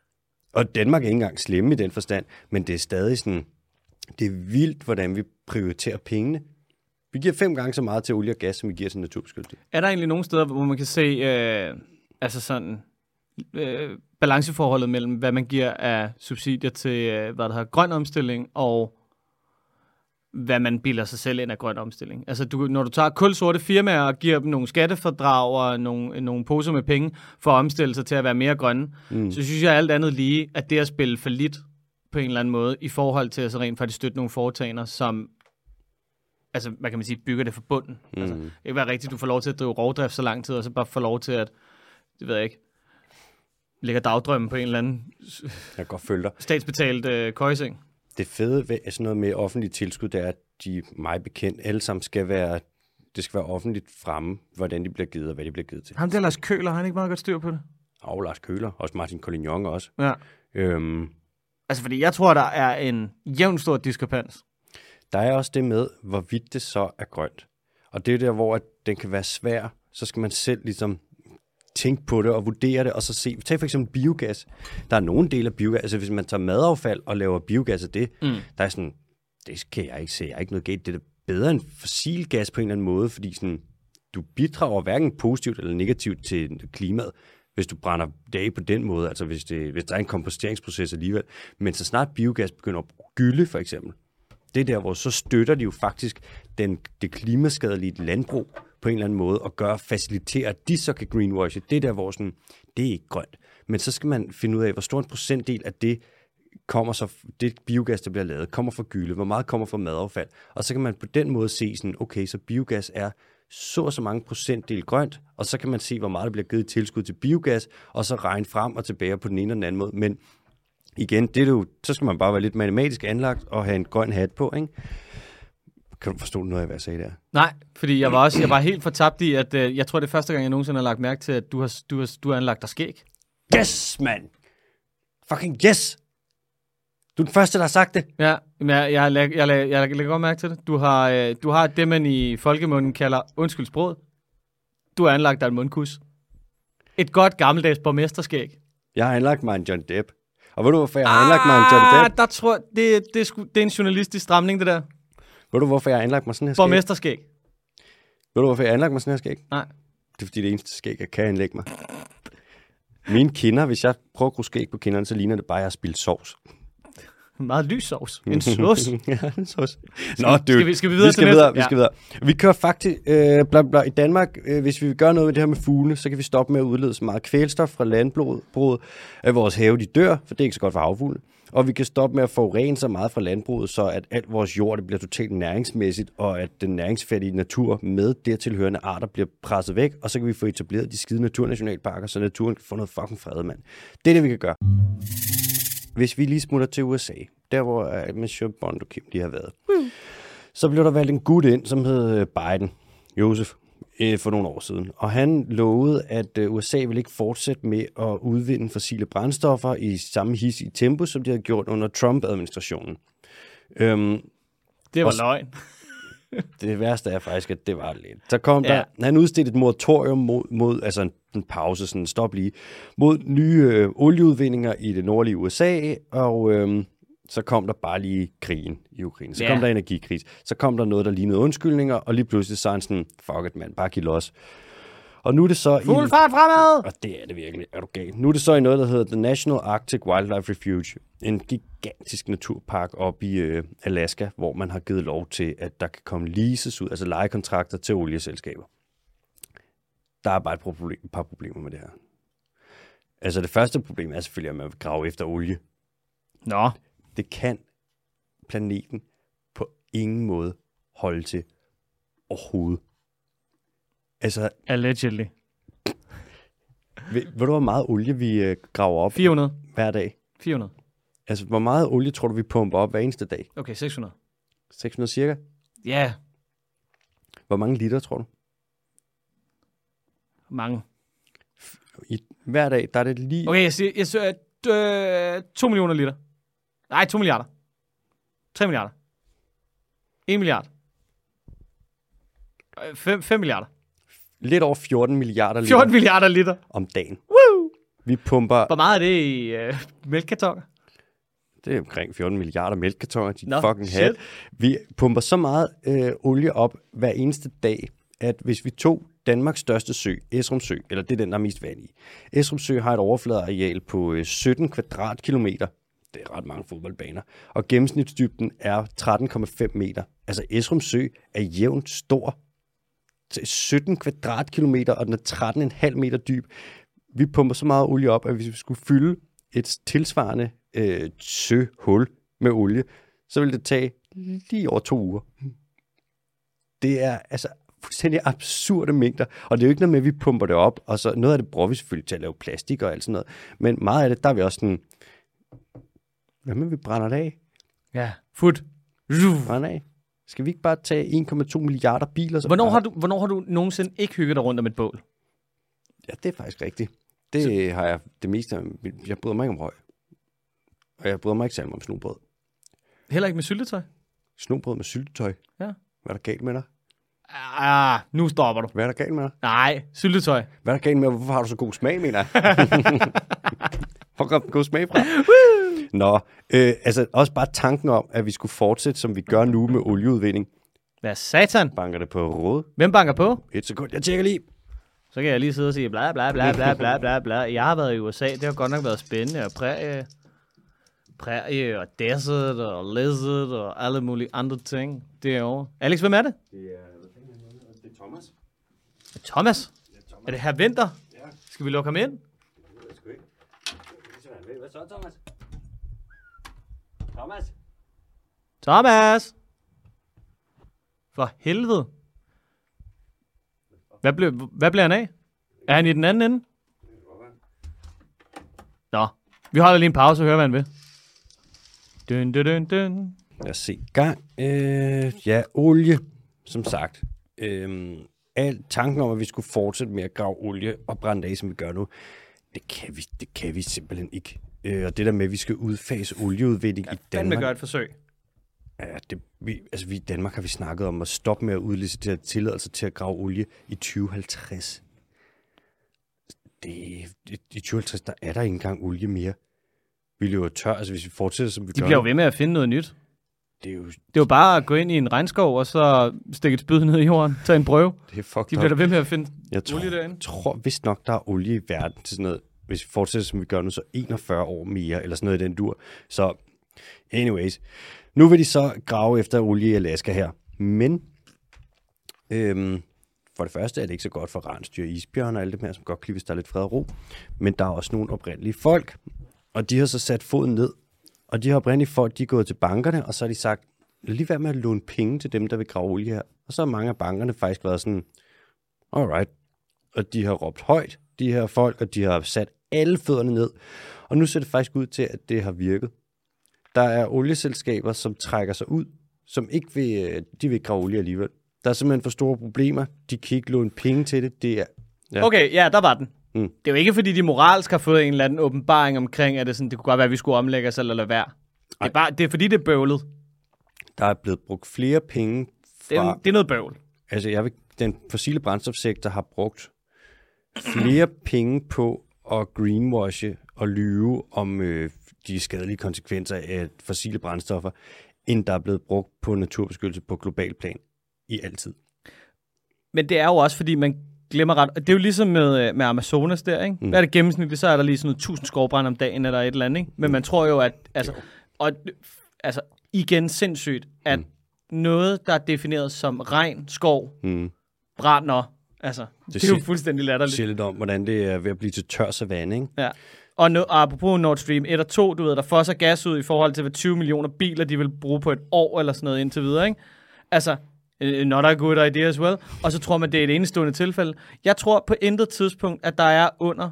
Og Danmark er ikke engang slemme i den forstand, men det er stadig sådan, det er vildt, hvordan vi prioriterer pengene. Vi giver fem gange så meget til olie og gas, som vi giver til naturbeskyttelse. Er der egentlig nogle steder, hvor man kan se, øh, altså sådan, øh, balanceforholdet mellem, hvad man giver af subsidier til, øh, hvad der hedder, grøn omstilling, og hvad man bilder sig selv ind af grøn omstilling? Altså, du, når du tager kulsorte firmaer og giver dem nogle skattefordrag og nogle, nogle poser med penge for at omstille sig til at være mere grønne, mm. så synes jeg alt andet lige, at det at spille for lidt på en eller anden måde, i forhold til at så rent faktisk støtte nogle foretagender, som, altså, hvad kan man sige, bygger det fra bunden. Mm. Altså, det kan være rigtigt, du får lov til at drive rovdrift så lang tid, og så bare får lov til at, det ved jeg ikke, lægger dagdrømmen på en eller anden jeg kan godt følge dig. statsbetalt øh, køjeseng. Det fede ved sådan noget med offentlige tilskud, det er, at de meget bekendt alle sammen skal være, det skal være offentligt fremme, hvordan de bliver givet, og hvad de bliver givet til. Ham der Lars Køhler, har han ikke meget godt styr på det? Og Lars Køhler, også Martin Collignon også. Ja. Øhm, altså, fordi jeg tror, der er en jævn stor diskrepans. Der er også det med, hvorvidt det så er grønt. Og det er der, hvor den kan være svær, så skal man selv ligesom tænke på det og vurdere det, og så se. Tag for eksempel biogas. Der er nogle dele af biogas, altså hvis man tager madaffald og laver biogas af det, mm. der er sådan, det kan jeg ikke se, jeg er ikke noget galt. Det er bedre end fossil gas på en eller anden måde, fordi sådan, du bidrager hverken positivt eller negativt til klimaet, hvis du brænder det af på den måde, altså hvis, det, hvis der er en komposteringsproces alligevel. Men så snart biogas begynder at gylde, for eksempel, det er der, hvor så støtter de jo faktisk den, det klimaskadelige landbrug på en eller anden måde, og gør, facilitere, at de så kan greenwashe. Det er der, hvor sådan, det er ikke grønt. Men så skal man finde ud af, hvor stor en procentdel af det kommer så, det biogas, der bliver lavet, kommer fra gylde, hvor meget kommer fra madaffald. Og så kan man på den måde se sådan, okay, så biogas er så og så mange procentdel grønt, og så kan man se, hvor meget der bliver givet i tilskud til biogas, og så regne frem og tilbage på den ene eller den anden måde. Men igen, det er jo, så skal man bare være lidt matematisk anlagt og have en grøn hat på, ikke? Kan du forstå noget af, hvad jeg sagde der? Nej, fordi jeg var også jeg var helt fortabt i, at øh, jeg tror, det er første gang, jeg nogensinde har lagt mærke til, at du har, du har, du har anlagt dig skæg. Yes, man! Fucking yes! Du er den første, der har sagt det. Ja, men jeg, jeg, jeg, jeg, jeg, jeg lægger godt mærke til det. Du har, øh, du har det, man i folkemunden kalder undskyldsbrød. Du har anlagt dig en mundkus. Et godt gammeldags borgmesterskæg. Jeg har anlagt mig en John Depp. Og ved du, hvorfor jeg har anlagt mig en John Depp? Der tror det, det, er sku, det er en journalistisk stramning, det der. Ved du, hvorfor jeg har anlagt mig sådan her skæg? Borgmesterskæg. Ved du, hvorfor jeg har anlagt mig sådan her skæg? Nej. Det er, fordi det eneste skæg, jeg kan anlægge mig. Mine kinder, hvis jeg prøver at grue skæg på kinderne, så ligner det bare, at jeg har spildt sovs. Meget lys sovs. En sauce. Ja, en sauce. Nå, dude. Skal vi, skal vi videre vi skal til videre, næste? Vi skal videre. Vi kører faktisk, øh, bla, bla, i Danmark, øh, hvis vi vil gøre noget med det her med fuglene, så kan vi stoppe med at udlede så meget kvælstof fra landbruget, at vores have de dør, for det er ikke så godt for havfugle. Og vi kan stoppe med at forurene så meget fra landbruget, så at alt vores jord det bliver totalt næringsmæssigt, og at den næringsfattige natur med dertilhørende arter bliver presset væk, og så kan vi få etableret de skide naturnationalparker, så naturen kan få noget fucking fred, mand. Det er det, vi kan gøre. Hvis vi lige smutter til U S A, der hvor uh, Monsieur Bond og Kim lige har været, mm. så blev der valgt en gut ind, som hed Biden, Joseph, øh, for nogle år siden. Og han lovede, at uh, U S A ville ikke fortsætte med at udvinde fossile brændstoffer i samme hissige tempo, som de havde gjort under Trump-administrationen. Øhm, det var løgn. Det værste er faktisk, at det var lidt. Så kom ja. der, han udstedte et moratorium mod, mod altså en, en pause, sådan stop lige, mod nye øh, olieudvindinger i det nordlige U S A, og øh, så kom der bare lige krigen i Ukraine. Så ja. kom der energikris. Så kom der noget, der lignede undskyldninger, og lige pludselig så han sådan, fuck it, man, bare giv los. Og nu er det så... Fuld i, fart fremad! og det er det virkelig, er du gal. Nu er det så i noget, der hedder The National Arctic Wildlife Refuge. En gigantisk naturpark op i øh, Alaska, hvor man har givet lov til, at der kan komme leases ud, altså lejekontrakter til olieselskaber. Der er bare et problem, et par problemer med det her. Altså det første problem er selvfølgelig, at man vil grave efter olie. Nå. Det kan planeten på ingen måde holde til overhovedet. Altså, Allegedly. ved, ved du, hvor meget olie vi øh, graver op fire hundrede. hver dag? fire hundrede. Altså, hvor meget olie tror du, vi pumper op hver eneste dag? Okay, seks hundrede. seks hundrede cirka? Ja. Yeah. Hvor mange liter, tror du? Mange. I, hver dag, der er det lige... Okay, jeg siger, jeg siger øh, to millioner liter. Nej, to milliarder. Tre milliarder. En milliard. Øh, fem, fem milliarder. Lidt over fjorten milliarder liter fjorten milliarder liter. om dagen. Woo! Vi pumper... Hvor meget er det i øh, mælkekartoner? Det er omkring fjorten milliarder mælkekartoner, de Nå, fucking shit. hat. Vi pumper så meget øh, olie op hver eneste dag, at hvis vi tog Danmarks største sø, Esrum Sø, eller det er den, der er mest vand i. Esrum Sø har et overfladeareal på øh, sytten kvadratkilometer. Det er ret mange fodboldbaner. Og gennemsnitsdybden er tretten komma fem meter. Altså Esrum Sø er jævnt stor. sytten kvadratkilometer, og den er tretten komma fem meter dyb. Vi pumper så meget olie op, at hvis vi skulle fylde et tilsvarende øh, søhul med olie, så ville det tage lige over to uger. Det er altså fuldstændig absurde mængder, og det er jo ikke noget med, at vi pumper det op, og så noget af det bruger vi selvfølgelig til at lave plastik og alt sådan noget, men meget af det, der er vi også sådan, hvad med vi brænder det af? Ja, fut. Brænder af. Skal vi ikke bare tage en komma to milliarder biler? Så Hvornår bare... har, du, hvornår har du nogensinde ikke hygget dig rundt om et bål? Ja, det er faktisk rigtigt. Det så... har jeg det meste af. Jeg bryder mig ikke om røg. Og jeg bryder mig ikke særlig om snobrød. Heller ikke med syltetøj? Snobrød med syltetøj? Ja. Hvad er der galt med dig? Ah, nu stopper du. Hvad er der galt med dig? Nej, syltetøj. Hvad er der galt med dig? Hvorfor har du så god smag, mener jeg? Hvor kom den god smag fra? Nå, øh, altså også bare tanken om, at vi skulle fortsætte, som vi gør nu med olieudvinding. Hvad satan? Banker det på råd? Hvem banker på? Et sekund, jeg tjekker lige. Så kan jeg lige sidde og sige bla bla bla bla bla bla bla. Jeg har været i U S A, det har godt nok været spændende, og prærie, prærie og desert og lizard og alle mulige andre ting derovre. Alex, hvem er det? Det er, det er Thomas. Thomas? Ja, Thomas. Er det her Vinter? Ja. Skal vi lukke ham ind? Det ved jeg sgu ikke. Hvad så, Thomas? Thomas? Thomas! For helvede. Hvad, ble, hvad bliver han af? Er han i den anden ende? Nå, vi holder lige en pause og hører, hvad han vil. Dun, dun, dun, dun. Lad os se. Gang. Øh, ja, olie, som sagt. Øh, al tanken om, at vi skulle fortsætte med at grave olie og brænde af, som vi gør nu, det kan vi, det kan vi simpelthen ikke. Øh, og det der med, at vi skal udfase olieudvinding Ja, i fandme Danmark. gøre et forsøg. Ja, det, vi, altså vi i Danmark har vi snakket om at stoppe med at udlicitere tilladelser til at grave olie i tyve halvtreds. Det, i, I tyve halvtreds, der er der ikke engang olie mere. Vi løber tør, altså hvis vi fortsætter, som vi De gør. bliver jo ved med at finde noget nyt. Det er jo Det er jo bare at gå ind i en regnskov, og så stikke et spyd ned i jorden, tage en prøve. det er fucked De bliver up. da ved med at finde Jeg tror, olie derinde. tror vist nok, der er olie i verden til sådan noget, hvis vi fortsætter, som vi gør nu, så enogfyrre år mere, eller sådan noget i den dur. Så anyways, nu vil de så grave efter olie i Alaska her. Men øhm, for det første er det ikke så godt for rensdyr, isbjørn og alt det her, som godt kan lide, hvis der er lidt fred og ro. Men der er også nogle oprindelige folk, og de har så sat foden ned. Og de her oprindelige folk, de er gået til bankerne, og så har de sagt, lad lige være med at låne penge til dem, der vil grave olie her. Og så har mange af bankerne faktisk været sådan, alright. Og de har råbt højt, de her folk, og de har sat alle fødderne ned. Og nu ser det faktisk ud til, at det har virket. Der er olieselskaber, som trækker sig ud, som ikke vil, de vil ikke grave olie alligevel. Der er simpelthen for store problemer. De kan ikke låne penge til det. Det er, ja. Okay, ja, der var den. Mm. Det er jo ikke, fordi de moralsk har fået en eller anden åbenbaring omkring, at det, sådan, det kunne godt være, at vi skulle omlægge os eller lade være. Det er, bare, det er fordi, det er bøvlet. Der er blevet brugt flere penge Det er, fra... det er noget bøvl. Altså, jeg vil, den fossile brændstofsektor har brugt flere penge på at greenwashe og lyve om øh, de skadelige konsekvenser af fossile brændstoffer, end der er blevet brugt på naturbeskyttelse på global plan i altid. Men det er jo også, fordi man glemmer ret. Det er jo ligesom med, med Amazonas der, ikke? Mm. Hvad er det gennemsnitligt? Så er der lige sådan noget tusind skovbrand om dagen, eller et eller andet, ikke? Men mm. man tror jo, at... Altså, og, altså igen sindssygt, at mm. noget, der er defineret som regn, skov, mm. brænder, altså, det, det er jo fuldstændig latterligt. Det siger lidt om, hvordan det er ved at blive til tør savanne, ikke? Ja. Og, no, og apropos Nord Stream et og to, du ved, der fosser gas ud i forhold til, hvad tyve millioner biler, de vil bruge på et år, eller sådan noget indtil videre, ikke? Altså, not a good idea as well. Og så tror man, det er et enestående tilfælde. Jeg tror på intet tidspunkt, at der er under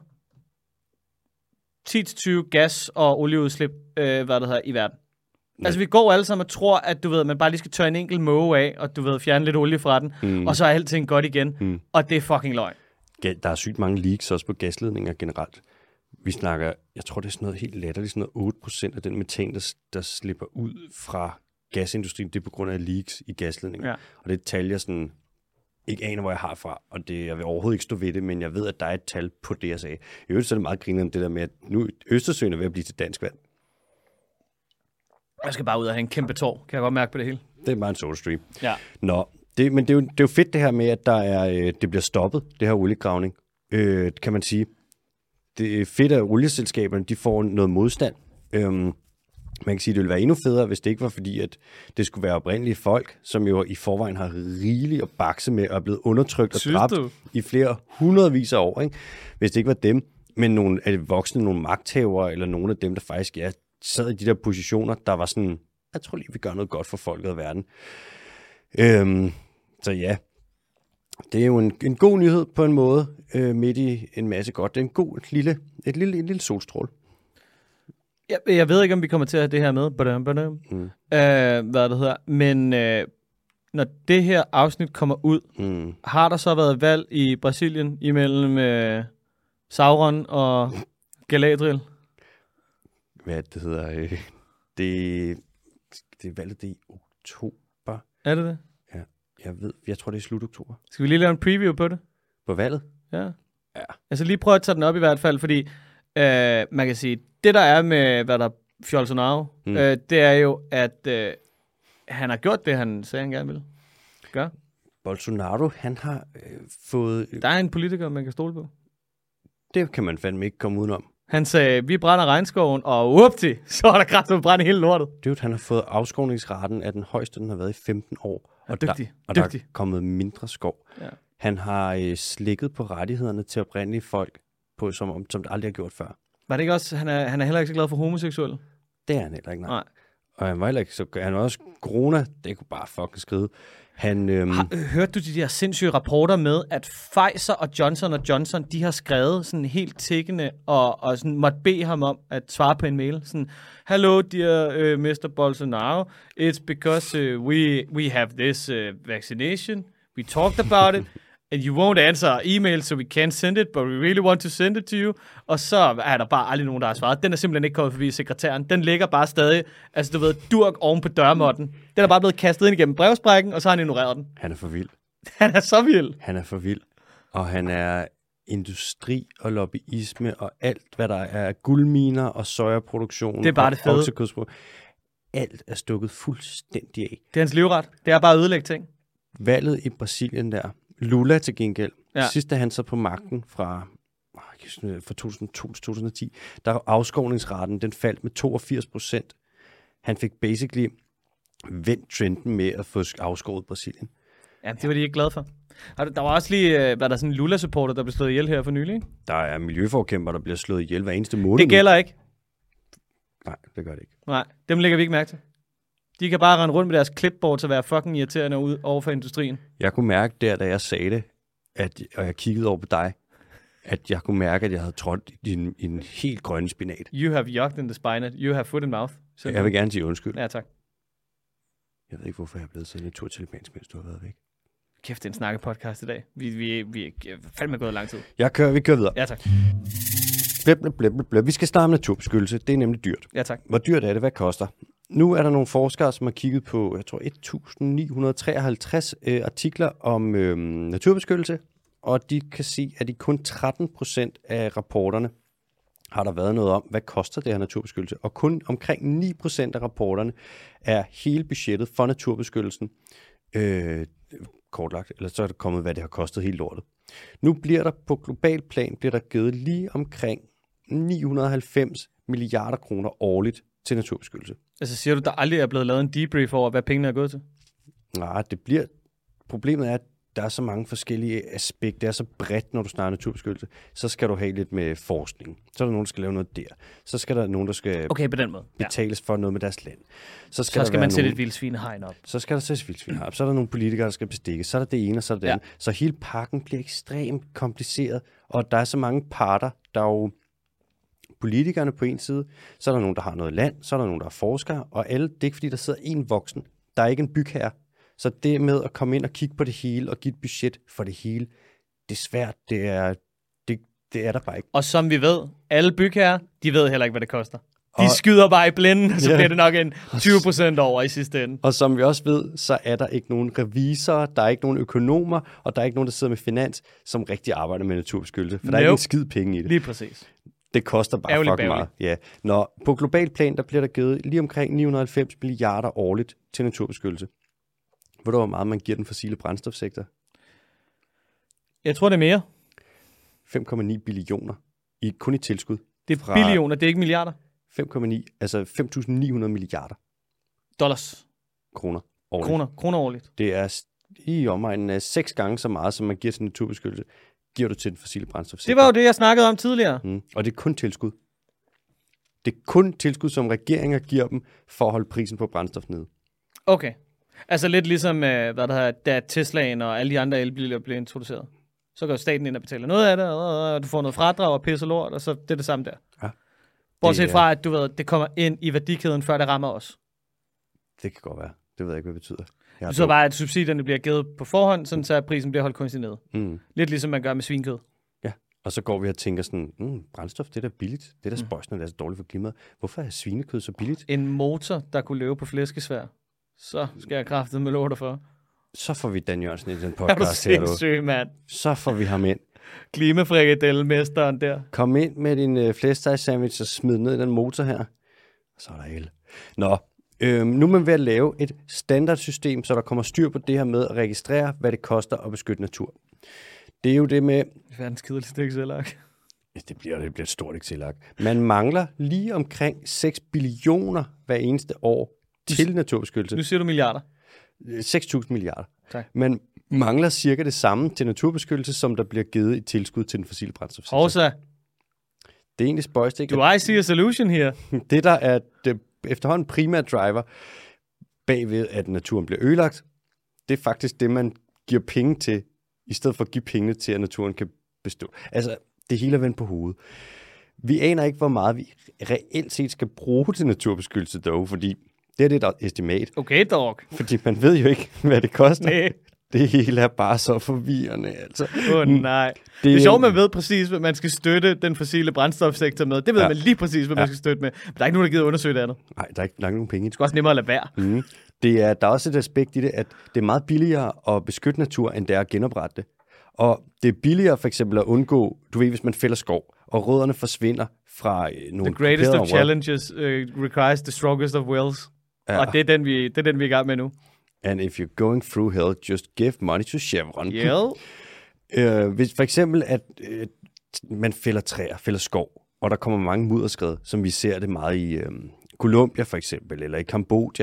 ti til tyve gas- og olieudslip, øh, hvad det hedder, i verden. Ja. Altså, vi går alle sammen og tror, at du ved, man bare lige skal tørre en enkelt måge af, og du ved, fjerne lidt olie fra den, mm. og så er alting godt igen. Mm. Og det er fucking løgn. Ja, der er sygt mange leaks også på gasledninger generelt. Vi snakker, jeg tror, det er sådan noget helt latterligt, sådan noget otte procent af den metan, der, der slipper ud fra gasindustrien, det er på grund af leaks i gasledninger. Ja. Og det er et tal, jeg sådan ikke aner, hvor jeg har fra, og det, jeg vil overhovedet ikke stå ved det, men jeg ved, at der er et tal på det, jeg sagde. I øvrigt så er det meget grinerende, det der med, at nu Østersøen er ved at blive til dansk vand. Jeg skal bare ud og have en kæmpe tår, kan jeg godt mærke på det hele. Det er bare en SodaStream. Ja. Nå, det, men det er, jo, det er jo fedt det her med, at der er, øh, det bliver stoppet, det her oliegravning, øh, kan man sige. Det er fedt, at olieselskaberne de får noget modstand. Øhm, man kan sige, at det ville være endnu federe, hvis det ikke var fordi, at det skulle være oprindelige folk, som jo i forvejen har rigeligt at bakse med og er blevet undertrykt og dræbt i flere hundredvis af år. Ikke? Hvis det ikke var dem, men nogle af de voksne, nogle magthavere, eller nogle af dem, der faktisk ja, sad i de der positioner, der var sådan, jeg tror lige, vi gør noget godt for folket og verden. Øhm, så ja, det er jo en, en god nyhed på en måde, øh, midt i en masse godt. Det er en god, et lille, et lille, et lille solstråle. Jeg, jeg ved ikke, om vi kommer til at have det her med, badum, badum. Mm. Øh, hvad det hedder, men øh, når det her afsnit kommer ud, mm. har der så været valg i Brasilien imellem øh, Sauron og Galadriel? Hvad det hedder? Øh, det, det er valget det i oktober. Er det det? Ja, jeg ved, jeg tror det er slut oktober. Skal vi lige lave en preview på det? På valget? Ja. Ja. Altså lige prøve at tage den op i hvert fald, fordi øh, man kan sige, det der er med, hvad der Bolsonaro, mm. øh, det er jo, at øh, han har gjort det, han sagde, han gerne ville gøre. Bolsonaro, han har øh, fået... Der er en politiker, man kan stole på. Det kan man fandme ikke komme udenom. Han sagde, vi brænder regnskoven, og upti, så er der kraft at brænde hele lortet. Dude, han har fået afskovningsraten af den højeste, den har været i femten år. Og, og, dygtig, der, og dygtig. der er kommet mindre skov. Ja. Han har øh, slikket på rettighederne til oprindelige folk, på, som, som det aldrig har gjort før. Var det ikke også, han er, han er heller ikke så glad for homoseksuelle? Det er han heller ikke, nej. nej. Og han var heller ikke så... Han var også corona, det kunne bare fucking skride. Han, øhm... har, hørte du de der sindssyge rapporter med, at Pfizer og Johnson og Johnson, de har skrevet sådan helt tikkende, og, og sådan måtte bede ham om at svare på en mail. Sådan, hello dear uh, mister Bolsonaro, it's because uh, we, we have this uh, vaccination, we talked about it, and you won't answer our email, so we can't send it, but we really want to send it to you. Og så er der bare aldrig nogen, der har svaret. Den er simpelthen ikke kommet forbi sekretæren. Den ligger bare stadig, altså du ved, durk oven på dørmåtten. Den er bare blevet kastet ind igennem brevsprækken, og så har han ignoreret den. Han er for vild. Han er så vild. Han er for vild. Og han er industri og lobbyisme og alt, hvad der er guldminer og sojaproduktion. Det er bare det fede. Alt er stukket fuldstændig af. Det er hans livret. Det er bare at ødelægge ting. Valget i Brasilien der, Lula til gengæld, ja. Sidst da han så på magten fra, fra to tusind og to til to tusind og ti, der afskovningsraten, den faldt med toogfirs procent. Han fik basically vendt trenden med at få afskovet Brasilien. Ja, det var de ikke glade for. Der var også lige, var der sådan en Lula-supporter, der blev slået ihjel her for nylig, ikke? Der er miljøforkæmper, der bliver slået ihjel hver eneste måned. Det gælder ikke. Nej, det gør det ikke. Nej, dem lægger vi ikke mærke til. De kan bare rende rundt med deres clipboard til at være fucking irriterende ud over for industrien. Jeg kunne mærke der, da jeg sagde det, at, og jeg kiggede over på dig, at jeg kunne mærke, at jeg havde trådt i en, en helt grøn spinat. You have yucked in the spinat. You have foot in mouth. Så jeg vil gerne sige undskyld. Ja, tak. Jeg ved ikke, hvorfor jeg er blevet så naturtelepansk, mens du har været væk. Kæft, det er en snakkepodcast i dag. Vi, vi, vi er fandme gået lang tid. Jeg kører, vi kører videre. Ja, tak. Blip, blip, blip, blip. Vi skal starte med naturbeskyttelse. Det er nemlig dyrt. Ja, tak. Hvor dyrt er det? Hvad koster? Nu er der nogle forskere, som har kigget på, jeg tror, et tusind ni hundrede treoghalvtreds øh, artikler om øh, naturbeskyttelse, og de kan se, at i kun tretten procent af rapporterne har der været noget om, hvad koster det her naturbeskyttelse, og kun omkring ni procent af rapporterne er hele budgettet for naturbeskyttelsen øh, kortlagt, eller så er det kommet, hvad det har kostet helt lortet. Nu bliver der på global plan, bliver der givet lige omkring ni hundrede og halvfems milliarder kroner årligt til naturbeskyttelse. Altså siger du, der aldrig er blevet lavet en debrief over, hvad pengene er gået til? Nej, det bliver... Problemet er, at der er så mange forskellige aspekter. Det er så bredt, når du snakker naturbeskyttelse. Så skal du have lidt med forskning. Så er der nogen, der skal lave noget der. Så skal der nogen, der skal okay, på den måde. betales for noget med deres land. Så skal, så skal man sætte et vildsvinehegn op. Så skal der sættes et vildsvinehegn op. Så er der nogle politikere, der skal bestikke. Så er der det ene, og så er der det ja. andet. Så hele pakken bliver ekstremt kompliceret. Og der er så mange parter, der er jo politikerne på en side. Så er der nogen, der har noget land. Så er der nogen, der er forskere. Og alle, det er ikke fordi, der sidder en voksen. Der er ikke en bygherre. Så det med at komme ind og kigge på det hele og give et budget for det hele, det er svært. Det er, det, det er der bare ikke. Og som vi ved, alle bygherrer, de ved heller ikke, hvad det koster. De og, skyder bare i blinden, og så ja. bliver det nok en tyve procent over i sidste ende. Og som vi også ved, så er der ikke nogen revisorer, der er ikke nogen økonomer, og der er ikke nogen, der sidder med finans, som rigtig arbejder med naturbeskyttelse. For nope. der er ikke en skid penge i det. Lige præcis. Det koster bare Ærgerlig fucking meget. Ja. Når på global plan, der bliver der givet lige omkring ni hundrede og halvfems milliarder årligt til naturbeskyttelse. Ved du, hvor meget man giver den fossile brændstofsektor? Jeg tror, det er mere. fem komma ni billioner. I, kun i tilskud. Det er fra billioner, det er ikke milliarder? fem komma ni, altså fem tusind ni hundrede milliarder. Dollars. Kroner årligt. Kroner, kroner årligt. Det er i omegnen af seks gange så meget, som man giver til naturbeskyttelse, giver du til den fossile brændstofsektor. Det var jo det, jeg snakkede om tidligere. Mm. Og det er kun tilskud. Det er kun tilskud, som regeringer giver dem, for at holde prisen på brændstof nede. Okay. Altså lidt ligesom, hvad der hedder, da Teslaen og alle de andre elbiler blev introduceret. Så går staten ind og betaler noget af det, og du får noget fradrag og pisse og lort, og så det er det samme der. Ja. Bortset fra, at du ved, det kommer ind i værdikæden, før det rammer os. Det kan godt være. Det ved jeg ikke, hvad det betyder. Det betyder bare, at subsidierne bliver givet på forhånd, sådan så prisen bliver holdt kunstigt nede. Mm. Lidt ligesom man gør med svinkød. Ja, og så går vi og tænker sådan, mm, brændstof, det er da billigt. Det er da spøjs, når det er så dårligt for klimaet. Hvorfor er svinekød så billigt? En motor, der kunne løbe på flæskesvær. Så skal jeg kraftet med lort for. Så får vi Dan Jørgensen i den podcast her, du. Sindssyg, mand. Så får vi ham ind. Klimafrikadelle-mesteren der. Kom ind med din uh, flæskesteg-sandwich og smid ned i den motor her. Så er der el. Nå, øhm, nu er man ved at lave et standardsystem, så der kommer styr på det her med at registrere, hvad det koster at beskytte natur. Det er jo det med... Verdens kedeligste Excel-ark. Det bliver, det bliver et stort Excel-ark. Man mangler lige omkring seks billioner hver eneste år til naturbeskyttelse. Nu siger du milliarder. seks tusind milliarder. Tak. Man mangler cirka det samme til naturbeskyttelse, som der bliver givet i tilskud til den fossile brændstofsektor. Hovsa. Det er egentlig spøjst, ikke? Do I see a solution here? Det, der er det efterhånden primære driver bagved, at naturen bliver ødelagt, det er faktisk det, man giver penge til, i stedet for at give penge til, at naturen kan bestå. Altså, det hele er vendt på hovedet. Vi aner ikke, hvor meget vi reelt set skal bruge til naturbeskyttelse, dog, fordi det er det, der er et estimat. Okay, dog. Fordi man ved jo ikke, hvad det koster. Nej. Det hele er bare så forvirrende, altså. Åh oh, nej. Det, det er sjovt, man ved præcis, hvad man skal støtte den fossile brændstofsektor med. Det ved ja. man lige præcis, hvad ja. man skal støtte med. Men der er ikke nogen, der gider undersøge det andet. Nej, der er ikke, der er ikke nogen penge. Det skal også nemmere at lade være. Mm. Det er, der er også et aspekt i det, at det er meget billigere at beskytte natur, end det er at genoprette det. Og det er billigere for eksempel at undgå, du ved, hvis man fælder skov, og rødderne forsvinder fra nogle... The greatest of challenges uh, requires the strongest of wills. Ja. Og det er, den, vi, det er den, vi er i gang med nu. And if you're going through hell, just give money to Chevron. Yeah. uh, hvis for eksempel, at uh, man fælder træer, fælder skov, og der kommer mange mudderskred, som vi ser det meget i uh, Colombia for eksempel, eller i Kambodja.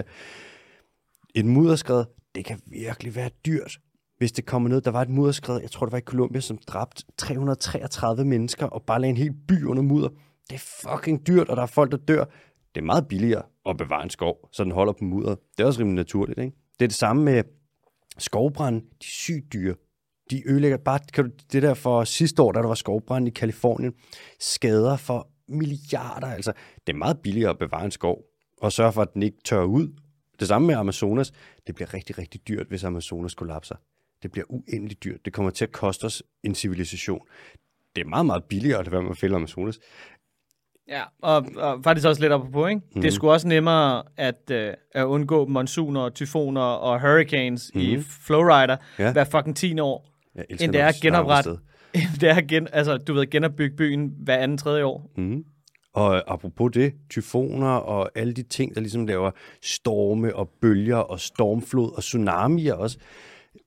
Et mudderskred, det kan virkelig være dyrt. Hvis det kommer ned, der var et mudderskred, jeg tror det var i Colombia, som dræbte tre hundrede og treogtredive mennesker, og bare lagde en hel by under mudder. Det er fucking dyrt, og der er folk, der dør. Det er meget billigere at bevare en skov, så den holder på mudder. Det er også rimelig naturligt, ikke? Det er det samme med skovbrænde. De er sygt dyre. De ødelægger bare... Kan du, det der for sidste år, da der var skovbrænde i Kalifornien, skader for milliarder. Altså, det er meget billigere at bevare en skov, og sørge for, at den ikke tørrer ud. Det samme med Amazonas. Det bliver rigtig, rigtig dyrt, hvis Amazonas kollapser. Det bliver uendeligt dyrt. Det kommer til at koste os en civilisation. Det er meget, meget billigere at være med at fælde Amazonas. Ja, og, og faktisk også lidt op på, ikke? Mm-hmm. Det er sgu også nemmere at, uh, at undgå monsuner, tyfoner og hurricanes mm-hmm. i Flowrider ja. hver fucking ti år, end det er at genoprette, det er gen, altså, du ved, genopbygge byen hver anden tredje år. Mm-hmm. Og apropos det, tyfoner og alle de ting, der ligesom laver storme og bølger og stormflod og tsunamier også.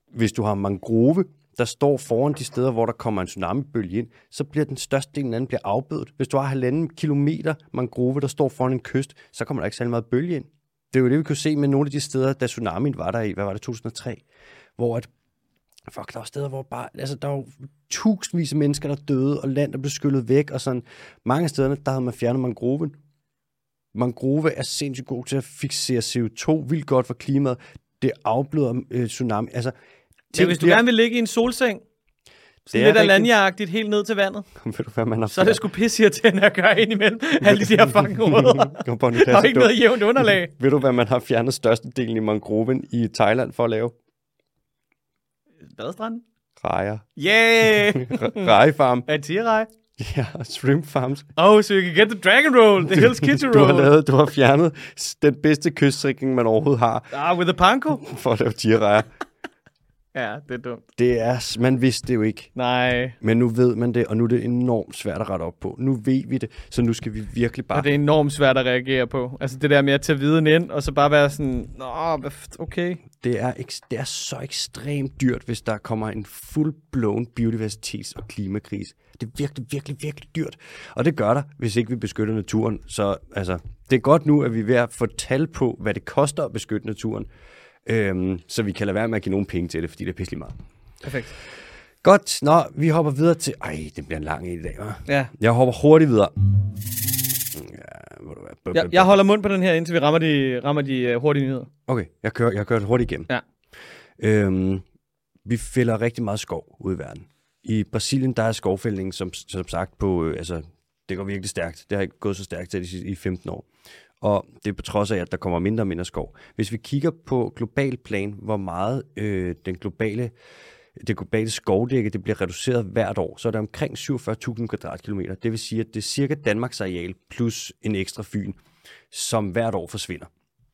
hvis du har mangrove, der står foran de steder, hvor der kommer en tsunamibølge ind, så bliver den største del af den bliver afbødet. Hvis du har halvanden kilometer mangrove, der står foran en kyst, så kommer der ikke særlig meget bølge ind. Det er jo det, vi kunne se med nogle af de steder, da tsunamien var der i, hvad var det, to tusind og tre, hvor at, fuck, der var steder, hvor bare, altså der var tusindvis af mennesker, der døde, og land, der blev skyllet væk, og sådan. Mange af stederne, der havde man fjernet mangroven. Mangrove er sindssygt god til at fixere C O to, vildt godt for klimaet. Det afbløder øh, tsunami. Altså, ja, hvis du der, gerne vil ligge i en solseng, sådan lidt af landjagtigt, helt ned til vandet, ved du, hvad man har så er det sgu pisseirriterende at gøre ind imellem alle de her fucking rødder. Der er ikke noget jævnt underlag. Ved du, hvad man har fjernet størstedelen i mangroven i Thailand for at lave? Badestranden? Rejer. Yeah! Rejefarm. Atirej. Ja, shrimp farms. Oh, so you can get the dragon roll, the Hell's Kitchen roll. Du har, lavet, du har fjernet den bedste kystsikring, man overhovedet har. Ah, with a panko. For at lave tirerejer. Ja, det er dumt. Det er, man vidste det jo ikke. Nej. Men nu ved man det, og nu er det enormt svært at rette op på. Nu ved vi det, så nu skal vi virkelig bare... Og det er enormt svært at reagere på. Altså det der med at tage viden ind, og så bare være sådan, nå, okay. Det er, det er så ekstremt dyrt, hvis der kommer en full-blown biodiversitets- og klimakrise. Det er virkelig, virkelig, virkelig dyrt. Og det gør der, hvis ikke vi beskytter naturen. Så altså, det er godt nu, at vi er ved at få tal på, hvad det koster at beskytte naturen. Øhm, så vi kan lade være med at give nogen penge til det, fordi det er pisselig meget. Perfekt. Godt, nå, vi hopper videre til... Ej, det bliver en lang i dag, hva'? Ja. Jeg hopper hurtigt videre. Ja, må du være. Jeg, jeg holder mund på den her, indtil vi rammer de, rammer de uh, hurtige nyheder. Okay, jeg kører, jeg kører hurtigt igennem. Ja. Øhm, vi fælder rigtig meget skov ude i verden. I Brasilien, der er skovfældningen, som, som sagt, på... Øh, altså, det går virkelig stærkt. Det har ikke gået så stærkt til i femten år. Og det er på trods af, at der kommer mindre og mindre skov. Hvis vi kigger på global plan, hvor meget øh, den globale, det globale skovdække det bliver reduceret hvert år, så er der omkring syvogfyrre tusind kvadratkilometer. Det vil sige, at det er cirka Danmarks areal plus en ekstra Fyn, som hvert år forsvinder.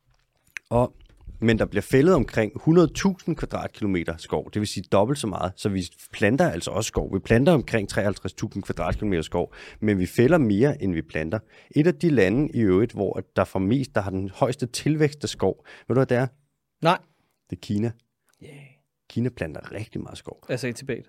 Og, men der bliver fældet omkring hundrede tusind kvadratkilometer skov, det vil sige dobbelt så meget. Så vi planter altså også skov. Vi planter omkring treoghalvtreds tusind kvadratkilometer skov, men vi fælder mere, end vi planter. Et af de lande i øvrigt, hvor der får mest, der har den højeste tilvækst af skov. Ved du, hvad det er? Nej. Det er Kina. Yeah. Kina planter rigtig meget skov. Altså i Tibet.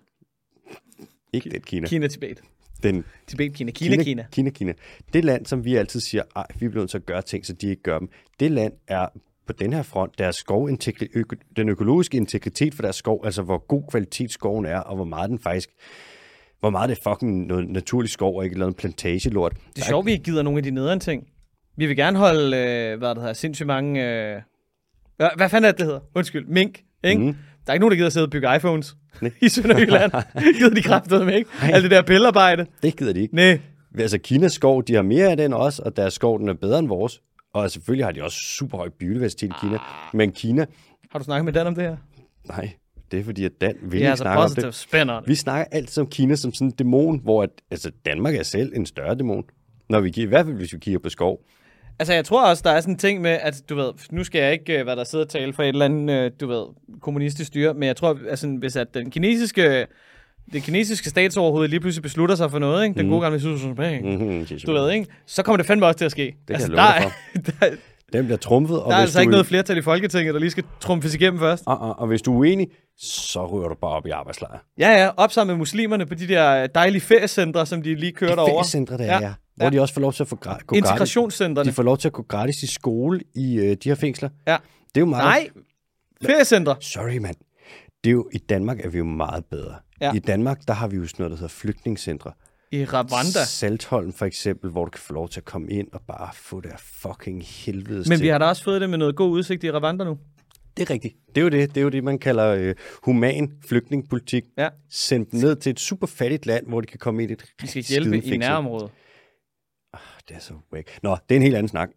Ikke det Kina. Kina, Tibet. Den Tibet, Kina, Kina, Kina. Kina, Kina, Kina. Det land, som vi altid siger, ej, vi bliver nødt til at gøre ting, så de ikke gør dem. Det land er på den her front, deres skov, den økologiske integritet for deres skov, altså hvor god kvalitet skoven er, og hvor meget den faktisk, hvor meget det er fucking noget naturlig skov, og ikke lavet en plantagelort. Det er sjovt, vi ikke gider nogle af de nederen ting. Vi vil gerne holde, øh, hvad det hedder, sindssygt mange, øh... hvad, hvad fanden er det, det hedder? Undskyld, mink, ikke? Mm. Der er ikke nogen, der gider at sidde og bygge iPhones Nej. i Sønderjylland. Gider de kraftedeme med, ikke? Alt det der pillearbejde. Det gider de ikke. Nej. Altså Kinas skov, de har mere af den også, og deres skov, den er bedre end vores. Og selvfølgelig har de også super høj biodiversitet i Kina. Ah. Men Kina... Har du snakket med Dan om det her? Nej, det er fordi, at Dan vil ikke altså snakke om det. Spændende. Vi snakker altid om Kina som sådan en dæmon, hvor at, altså Danmark er selv en større dæmon. Når vi, I hvert fald, hvis vi kigger på skov. Altså, jeg tror også, der er sådan en ting med, at du ved, nu skal jeg ikke, hvad der sidder og tale for et eller andet, du ved, kommunistisk styre, men jeg tror, altså, hvis at den kinesiske... det kinesiske statsoverhoved lige pludselig beslutter sig for noget, ikke? Den mm. gode gamle Susanne, mm-hmm, du ved, ikke? Så kommer det fandme også til at ske. Det altså, kan jeg love der, for. Der, den bliver trumfet. Og der er altså ikke noget flertal i Folketinget, der lige skal trumfes igennem først. Og, og, og hvis du er uenig, så rører du bare op i arbejdslejr. Ja, ja, op sammen med muslimerne på de der dejlige feriecentre, som de lige kører derovre. Feriecentre, der ja. ja. Hvor ja. de også får lov til at få gra- gå Integrationscentrene. De får lov til at gå gratis i skole i øh, de her fængsler. Ja. Det er jo meget... Nej, feriecentre. Sorry, mand. Det er jo, i Danmark er vi jo meget bedre. Ja. I Danmark, der har vi jo sådan noget, der hedder flygtningecentre. I Rwanda. Saltholm for eksempel, hvor du kan få lov til at komme ind og bare få det fucking helvedes Men til. vi har da også fået det med noget god udsigt i Rwanda nu. Det er rigtigt. Det er jo det, det, er jo det man kalder øh, human flygtningepolitik. Ja. Sendt ned til et super fattigt land, hvor de kan komme ind i et de skal hjælpe i nærområdet. Oh, det er så væk. Nå, det er en helt anden snak.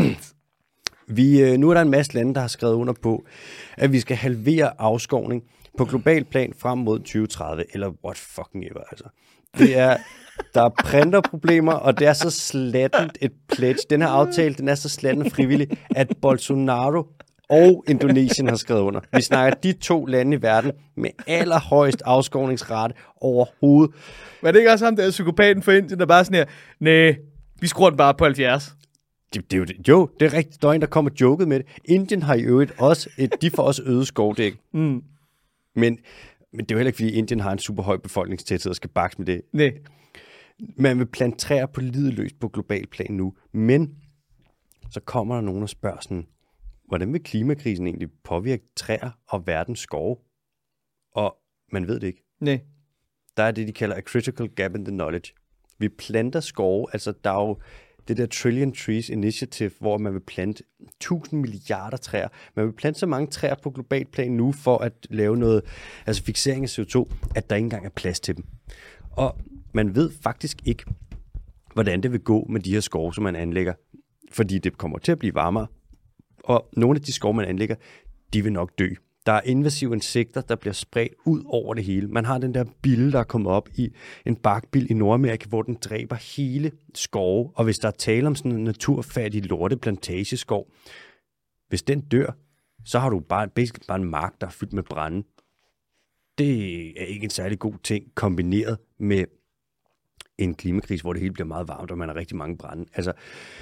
vi, øh, nu er der en masse lande, der har skrevet under på, at vi skal halvere afskovning på global plan frem mod tyve tredive, eller what fucking ever, altså. Det er, der er printerproblemer, og det er så slattent et pledge. Den her aftale, den er så slattent frivillig, at Bolsonaro og Indonesien har skrevet under. Vi snakker de to lande i verden med allerhøjst afskovningsrate overhovedet. Men det ikke også ham, der er psykopaten for Indien, der bare sådan her, næh, vi skruer den bare på halvfjerds. Det, det er jo, det. jo, det er rigtigt. Der er en, der kommer joket med det. Indien har i øvrigt også, et, de får også øget skovdæk. Mm. Men, men det er jo heller ikke, fordi Indien har en super høj befolkningstæthed og skal bakse med det. Nej. Man vil plante træer på lideløst på global plan nu, men så kommer der nogen og spørger sådan, hvordan vil klimakrisen egentlig påvirke træer og verdens skove? Og man ved det ikke. Nej. Der er det, de kalder a critical gap in the knowledge. Vi planter skove, altså der er jo det der Trillion Trees Initiative, hvor man vil plante tusind milliarder træer. Man vil plante så mange træer på global plan nu, for at lave noget, altså fiksering af C O to, at der ikke engang er plads til dem. Og man ved faktisk ikke, hvordan det vil gå med de her skove, som man anlægger, fordi det kommer til at blive varmere. Og nogle af de skove, man anlægger, de vil nok dø. Der er invasive insekter, der bliver spredt ud over det hele. Man har den der bille, der er kommet op i en barkbil i Nordamerika, hvor den dræber hele skove. Og hvis der er tale om sådan en naturfattig lorteplantageskov, hvis den dør, så har du bare, basically bare en mark, der er fyldt med brænde. Det er ikke en særlig god ting, kombineret med en klimakrise, hvor det hele bliver meget varmt, og man har rigtig mange brænde. Altså,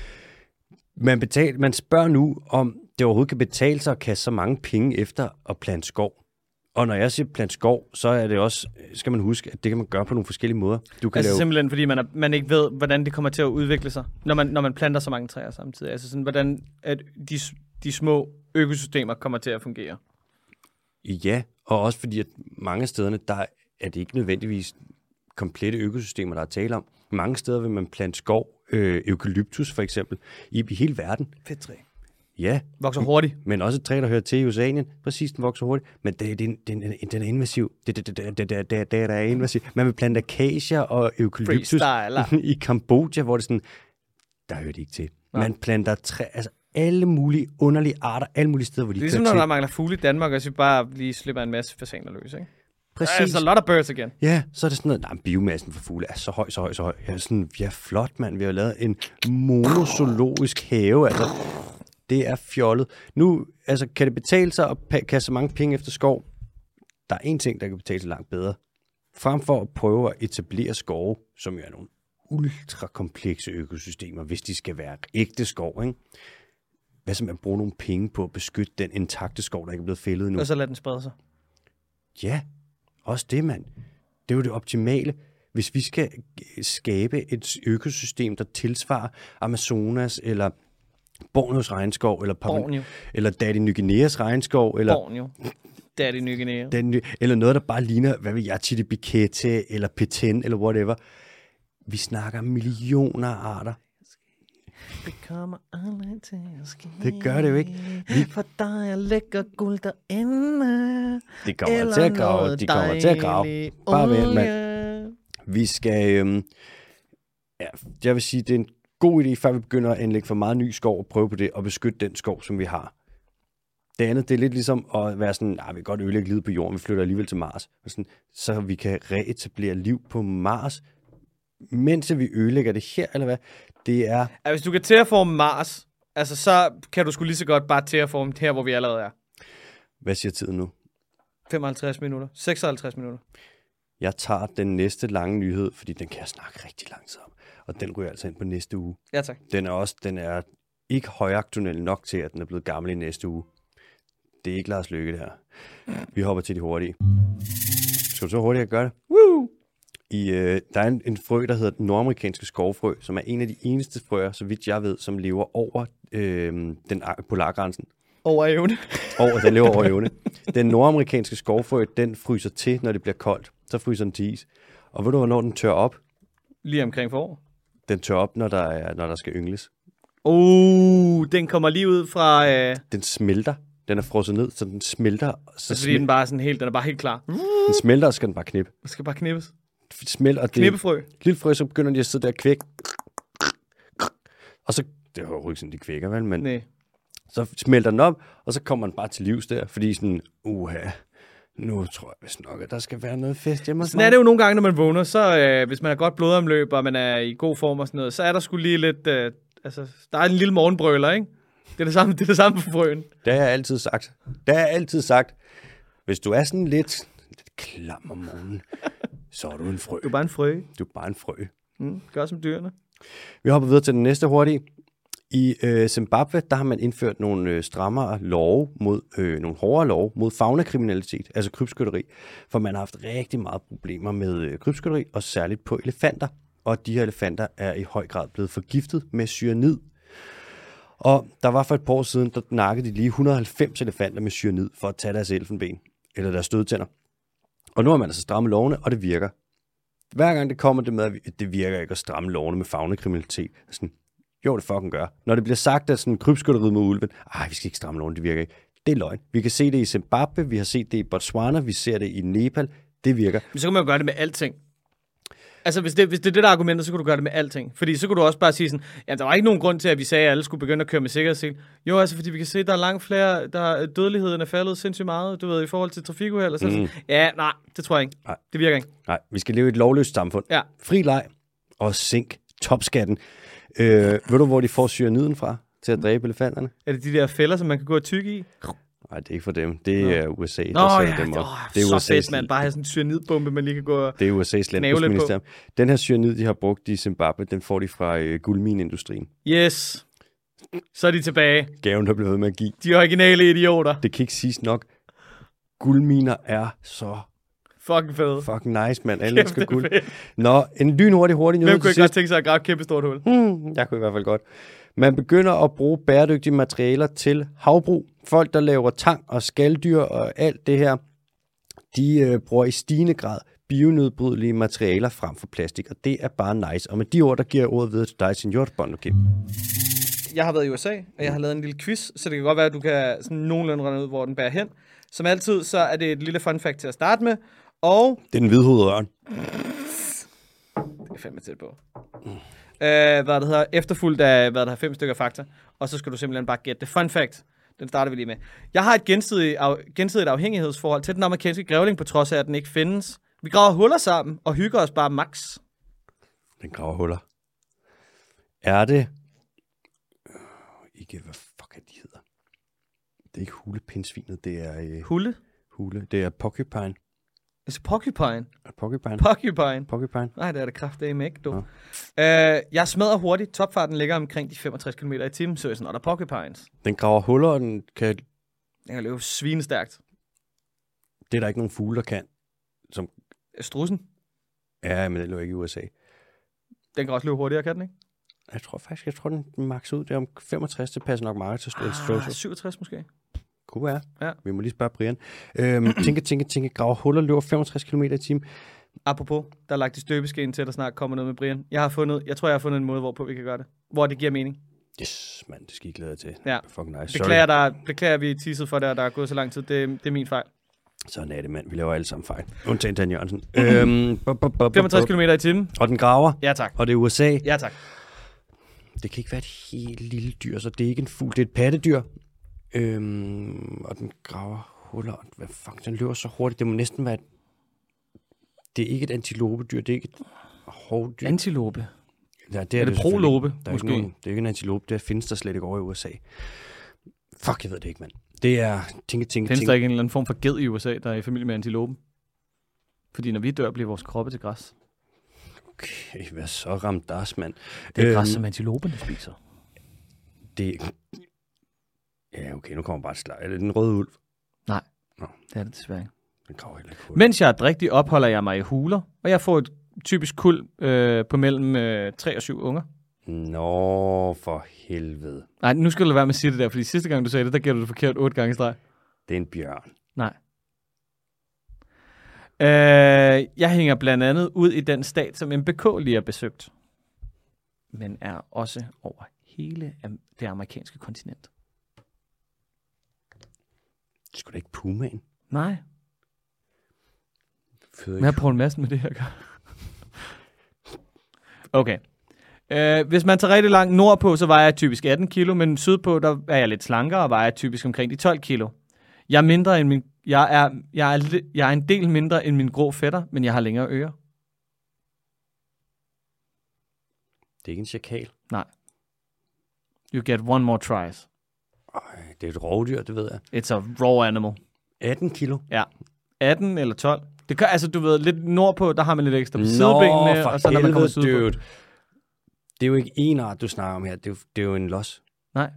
man, betal, man spørger nu, om det overhovedet kan betale sig at kaste så mange penge efter at plante skov. Og når jeg siger plante skov, så er det også, skal man huske, at det kan man gøre på nogle forskellige måder. Du kan altså lave... simpelthen, fordi man, er, man ikke ved, hvordan det kommer til at udvikle sig, når man, når man planter så mange træer samtidig. Altså sådan, hvordan at de, de små økosystemer kommer til at fungere. Ja, og også fordi, at mange af stederne, der er det ikke nødvendigvis komplette økosystemer, der er tale om. Mange steder vil man plante skov, øh, eukalyptus for eksempel, i, i hele verden. Fedt træ. Ja. Vokser hurtigt. Men også et træ, der hører til i Oceanien. Præcis, den vokser hurtigt. Men det, det, den, den er invasiv. Det, det, det, det, det, det, det, det er invasiv. Man vil plante akacier og eukalyptus i Kambodja, hvor det sådan, der hører det ikke til. Nej. Man planter træ, altså alle mulige underlige arter, alle mulige steder, hvor de det er ligesom, når der mangler fugle i Danmark, og så bare lige slipper en masse fasaner løs, ikke? Præcis. There's a lot of birds again. Ja, så er det sådan noget, nej, biomassen for fugle er så høj, så høj, så høj. Ja, sådan, ja, flot, mand. Vi har lavet en monozoologisk have, altså. Det er fjollet. Nu, altså, kan det betale sig at kaste så mange penge efter skov? Der er en ting, der kan betale sig langt bedre. Frem for at prøve at etablere skove, som jo er nogle ultrakomplekse økosystemer, hvis de skal være ægte skov, ikke? Hvad så med at bruge nogle penge på at beskytte den intakte skov, der ikke er blevet fældet endnu? Og så lade den sprede sig. Ja, også det, mand. Det er jo det optimale. Hvis vi skal skabe et økosystem, der tilsvarer Amazonas, eller Borneos regnskov, eller, Borneo. eller Daddy Ny Guineas regnskov, eller, Borneo. Daddy Ny Guinea. Den, eller noget, der bare ligner, hvad ved jeg, Chitibikete, eller Peten, eller whatever. Vi snakker millioner af arter. Det kommer aldrig til at ske. Det gør det jo ikke. Vi... For der er lækker guld derinde. Det kommer til at grave. De kommer til at grave. Bare vent, mand. Vi skal... Øhm, ja, jeg vil sige, det er en god idé, før vi begynder at anlægge for meget ny skov og prøve på det, og beskytte den skov, som vi har. Det andet, det er lidt ligesom at være sådan, nej, vi kan godt ødelægge livet på jorden, vi flytter alligevel til Mars. Sådan, så vi kan reetablere liv på Mars, mens vi ødelægger det her, eller hvad? Det er... Ja, hvis du kan terraforme Mars, altså så kan du sgu lige så godt bare terraforme her, hvor vi allerede er. Hvad siger tiden nu? femoghalvtreds minutter. seksoghalvtreds minutter. Jeg tager den næste lange nyhed, fordi den kan jeg snakke rigtig lang tid om. Og den ryger altså ind på næste uge. Ja, tak. Den er også, den er ikke højaktuel nok til, at den er blevet gammel i næste uge. Det er ikke Lars Løkke, det her. Vi hopper til de hurtige. Skal du så hurtigt at gøre det? Woo! I, øh, der er en, en frø, der hedder den nordamerikanske skovfrø, som er en af de eneste frøer, så vidt jeg ved, som lever over øh, den polargrænsen. Over evne. Over, den lever over evne. Den nordamerikanske skovfrø, den fryser til, når det bliver koldt. Så fryser den til is. Og ved du, hvornår den tør op? Lige omkring forår. Den tør op, når der, er, når der skal yngles. Uh, den kommer lige ud fra... Øh... Den smelter. Den er frosset ned, så den smelter. Så altså, fordi den, bare er sådan helt, den er bare helt klar. Den smelter, og skal den bare knippe. Den skal bare knippes. Smelter, og det Knippefrø. Lille frø, så begynder de at sidde der og kvække. Og så, det er jo ikke sådan, de kvækker, vel? Men nej. Så smelter den op, og så kommer den bare til livs der, fordi sådan, uha, nu tror jeg vist nok, at der skal være noget fest hjemme. Sådan er det jo nogle gange, når man vågner, så øh, hvis man har godt blodomløb, og man er i god form og sådan noget, så er der sgu lige lidt, øh, altså, der er en lille morgenbrøler, ikke? Det er det samme, det er det samme for frøen. Det har jeg altid sagt. Det har jeg altid sagt. Hvis du er sådan lidt, lidt klam om morgenen, så er du en frø. Du er bare en frø. Du er bare en frø. Mm, gør som dyrene. Vi hopper videre til den næste hurtige. I øh, Zimbabwe, der har man indført nogle øh, strammere love mod, øh, nogle hårdere love mod faunakriminalitet, altså krybskytteri, for man har haft rigtig meget problemer med øh, krybskytteri, og særligt på elefanter, og de her elefanter er i høj grad blevet forgiftet med cyanid. Og der var for et par år siden, der nakkede de lige et hundrede og halvfems elefanter med cyanid for at tage deres elfenben, eller deres stødtænder. Og nu har man altså strammet lovene, og det virker. Hver gang det kommer det med, at det virker ikke at stramme lovene med faunakriminalitet, sådan, jo, det fucking gør. Når det bliver sagt, at sådan krybskytteriet med ulven, ej, vi skal ikke stramme lovene, det virker ikke. Det er løgn. Vi kan se det i Zimbabwe, vi har set det i Botswana, vi ser det i Nepal, det virker. Men så kan man jo gøre det med alting. Altså, hvis det, hvis det er det, der er argumentet, så kunne du gøre det med alting. Fordi så kunne du også bare sige sådan, ja, der var ikke nogen grund til, at vi sagde, at alle skulle begynde at køre med sikkerhedssel. Jo, altså, fordi vi kan se, at der er langt flere, der dødeligheden er faldet sindssygt meget, du ved, i forhold til trafikuheld. Og så, mm. Ja, nej, det tror jeg ikke. Nej. Det virker ikke. Nej, vi skal leve i et lovløst samfund. Ja. Fri leg og sænk topskatten. Øh, ved du, hvor de får cyaniden fra til at dræbe elefanterne? Er det de der fælder, som man kan gå og tykke i? Nej, det er ikke for dem. Det er U S A, der Nå, sætter ja, dem op. Åh, det er så U S A's, fedt, man. Bare have sådan en cyanidbombe, man lige kan gå og det er U S A's landbrugsministerium. Den her cyanid, de har brugt i Zimbabwe, den får de fra øh, guldmineindustrien. Yes. Så er de tilbage. Gaven, der blev ved med at give. De originale idioter. Det kan ikke siges nok. Guldminer er så Fucking fed. fucking nice, mand. Alle elsker guld. Nå, en lynhurtig, hurtig nyhed. Hvem kunne ikke godt tænke sig at grave et kæmpe stort hul? Hmm, jeg kunne i hvert fald godt. Man begynder at bruge bæredygtige materialer til havbrug. Folk, der laver tang og skalddyr og alt det her, de øh, bruger i stigende grad bionedbrydelige materialer frem for plastik, og det er bare nice. Og med de ord, der giver jeg ordet videre til dig, Senior Bondo Kim. Jeg har været i U S A, og jeg har lavet en lille quiz, så det kan godt være, at du kan sådan nogenlunde regne ud, hvor den bærer hen. Som altid, så er det et lille fun fact til at starte med, og... Det er den hvidhovedede ørn. Det er fandme tæt på. Mm. Øh, hvad det hedder, efterfulgt af, hvad der har fem stykker fakta, og så skal du simpelthen bare gætte det. Fun fact, den starter vi lige med. Jeg har et gensidigt, af, gensidigt afhængighedsforhold til den amerikanske grævling, på trods af, at den ikke findes. Vi graver huller sammen, og hygger os bare max. Den graver huller. Er det... Ikke, hvad fuck er de hedder? Det er ikke hulepindsvinet, det er... Øh... Hulle? Hule, det er porcupine. It's porcupine. Porcupine. Porcupine. Porcupine. Nej, det er det kraftedeme ikke, du. Ja. Øh, jeg smadrer hurtigt. Topfarten ligger omkring de femogtres kilometer i timen, så er sådan, og der er porcupines. Den graver huller, og den kan... Den kan løbe svinestærkt. Det er der ikke nogen fugle, der kan. Som... Strussen? Ja, men det løber ikke i U S A. Den kan også løbe hurtigere, kan den ikke? Jeg tror faktisk, jeg tror, den max ud. Det er om femogtres, det passer nok meget til Strozo. Ah, syvogtres måske. Kunne være. Ja. Vi må lige spørge Brian. Øhm, tænke, tænke, tænke, graver huller, løber femogtres kilometer i timen. Apropos, der er lagt i støbeskeen til, at der snart kommer noget med Brian. Jeg har fundet, jeg tror, jeg har fundet en måde, hvorpå vi kan gøre det. Hvor det giver mening. Yes, mand, det skal I glæde jer til. Ja. Fucking nice. Beklager, der, beklager vi teaset for det, der er gået så lang tid. Det, det er min fejl. Sådan er det, mand. Vi laver alle sammen fejl. Undtagen Dan Jørgensen. øhm, femogtres kilometer i timen. Og den graver. Ja, tak. Og det er U S A. Ja, tak. Det kan ikke være et helt lille dyr, så det er ikke en fugl. Det er et pattedyr. Øhm, og den graver huller. Hvad fuck, den løber så hurtigt. Det må næsten være et... Det er ikke et antilopedyr. Det er ikke et hovdyr. Antilope? Ja, det er, er det, det prolope, måske? Nogen, det er ikke en antilope. Det findes der slet ikke over i U S A. Fuck, jeg ved det ikke, mand. Det er... Tænke, tænke, findes tænke. der ikke en eller anden form for ged i U S A, der er i familie med antilopen? Fordi når vi dør, bliver vores kroppe til græs. Okay, hvad så ramt das, mand? Det er øhm, græs, som antiloperne spiser. Det... Ja, okay, nu kommer bare et slag. Er det den røde ulv? Nej, Nå. det er det desværre ikke. Den graver heller ikke. Mens jeg er drægtig, opholder jeg mig i huler, og jeg får et typisk kuld øh, på mellem øh, tre og syv unger. Nå, for helvede. Nej, nu skal du lade være med at sige det der, fordi sidste gang du sagde det, der gav du det forkert otte gange i streg. Det er en bjørn. Nej. Øh, jeg hænger blandt andet ud i den stat, som M B K lige har besøgt, men er også over hele det amerikanske kontinent. Det skulle da ikke pumaen. Nej. Hvad har Poul Madsen med det her gør? Okay. Øh, hvis man tager rigtig langt nordpå, så vejer jeg typisk atten kilo, men sydpå, der er jeg lidt slankere og vejer typisk omkring de tolv kilo. Jeg er mindre end min... Jeg er, jeg, er, jeg er en del mindre end min grå fætter, men jeg har længere ører. Det er ikke en chakal. Nej. You get one more tries. Ej, det er et rovdyr, det ved jeg. It's a raw animal. atten kilo? Ja. atten eller tolv. Det kan, altså, du ved, lidt nordpå, der har man lidt ekstra på sidebenene, og så når man kommer sydpå. Det er jo ikke en art, du snakker om her. Det er jo, det er jo en los. Nej.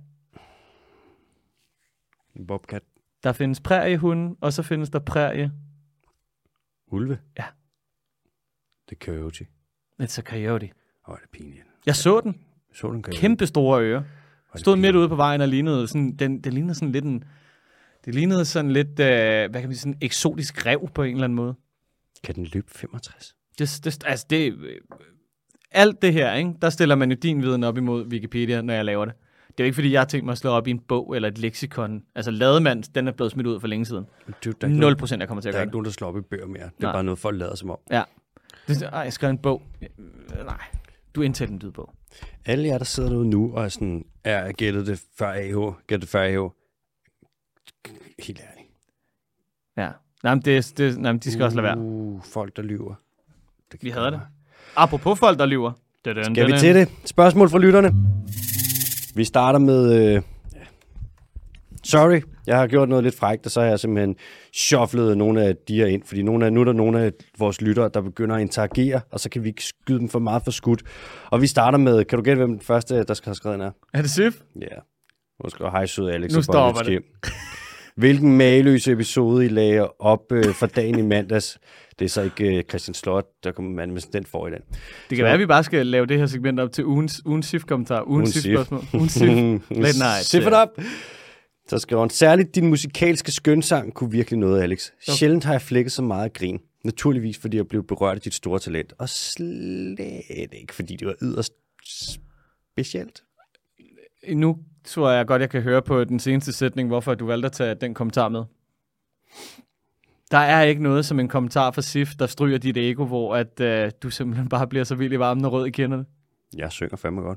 En bobcat. Der findes præriehunde, og så findes der prærie. Ulve? Ja. Det er coyote. It's a coyote. Åh, det er pinligt. Jeg så den. Så den coyote. Kæmpe store ører. Stod midt ude på vejen og lignede sådan, den, det lignede sådan lidt en, det lignede sådan lidt, øh, hvad kan man sige, sådan en eksotisk rev på en eller anden måde. Kan den løbe femogtres? Det, det, altså det, øh, alt det her, ikke? Der stiller man jo din viden op imod Wikipedia, når jeg laver det. Det er jo ikke, fordi jeg har tænkt mig at slå op i en bog eller et leksikon. Altså Lademand, den er blevet smidt ud for længe siden. Dude, nul procent jeg kommer til at gøre gøre det. Der er det. ikke nogen, der slår op i bøger mere. Det er Nej. bare noget, folk lader som om. Ja. Det, ej, jeg skrev en bog. Øh, Nej, du indtager den lydbog. Alle jer, der sidder derude nu og er sådan, er gættet det før A H, gættet det før A H. Helt ærligt. Ja. Nej, men, det, det, nej, men de skal uh, også lade være. Uh, folk, der lyver. Det Vi havde det. Apropos folk, der lyver. Skal vi til det? Spørgsmål fra lytterne. Vi starter med... Øh... Sorry, jeg har gjort noget lidt frækt, og så har jeg simpelthen shufflet nogle af de her ind, fordi nogle af, nu er der nogle af vores lyttere, der begynder at interagere, og så kan vi ikke skyde dem for meget for skudt. Og vi starter med... Kan du gætte, hvem den første, der skal have skrevet ind er? Er det Sif? Ja. Yeah. Nu skal hej søde Alex. Nu stopper det. Hvilken mageløse episode I lagde op øh, for dagen i mandags? Det er så ikke øh, Christian Slot, der kommer man med den for i dag. Det kan så. være, at vi bare skal lave det her segment op til ugens, ugens Sif-kommentar. Ugens Sif-spørgsmål. Ugens Sif. Late night. Sif it up. Så skriver han, særligt din musikalske skønsang kunne virkelig noget, Alex. Okay. Sjældent har jeg flækket så meget grin. Naturligvis, fordi jeg blev berørt af dit store talent. Og slet ikke, fordi det var yderst specielt. Nu tror jeg godt, jeg kan høre på den seneste sætning, hvorfor du valgte at tage den kommentar med. Der er ikke noget som en kommentar fra Sif, der stryger dit ego, hvor at, øh, du simpelthen bare bliver så vildt i varmen og rød i kinderne. Jeg synger fandme godt.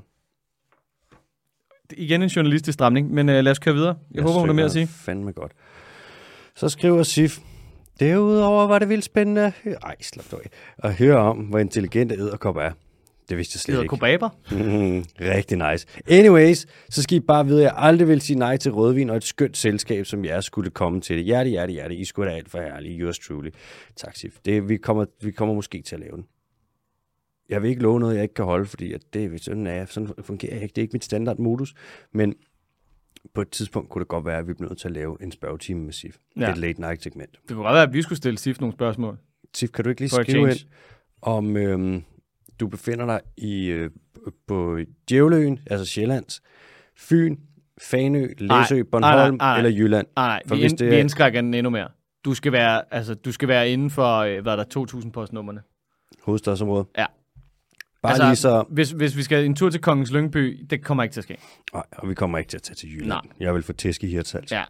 Igen en journalistisk stramning, men øh, lad os køre videre. Jeg, jeg håber, hun har mere at sige. Fandme godt. Så skriver Sif, derudover var det vildt spændende at høre, ej, slap dig af, at høre om, hvor intelligente edderkopper er. Det vidste jeg slet ikke. Kobaber? Mm, rigtig nice. Anyways, så skal I bare vide, at jeg aldrig vil sige nej til rødvin og et skønt selskab, som jeg skulle komme til det. Hjerte, hjerte, hjerte. I skulle da alt for herlige. Yours truly. Tak, Sif. Det, vi, kommer, vi kommer måske til at lave den. Jeg vil ikke love noget, jeg ikke kan holde, fordi at det, sådan, er, sådan fungerer jeg ikke. Det er ikke mit standardmodus. Men på et tidspunkt kunne det godt være, at vi bliver nødt til at lave en spørgetime med Sif. Ja. Det er et late night segment. Det kunne godt være, at vi skulle stille Sif nogle spørgsmål. Sif, kan du ikke lige For skrive ind om... Øhm, du befinder dig i, øh, på Djævleøen, altså Sjællands, Fyn, Fanø, Læsø, Bornholm nej, nej, nej. eller Jylland. Nej, nej. Vi, ind, vi indskrækker den endnu mere. Du skal være, altså, du skal være inden for, øh, hvad er der, to tusind postnummerne. Hovedstadsområdet? Ja. Bare altså, lige så... Hvis, hvis vi skal en tur til Kongens Lyngby, det kommer ikke til at ske. Nej, og vi kommer ikke til at tage til Jylland. Nej. Jeg vil få tæsk i Hirtshals. Ja.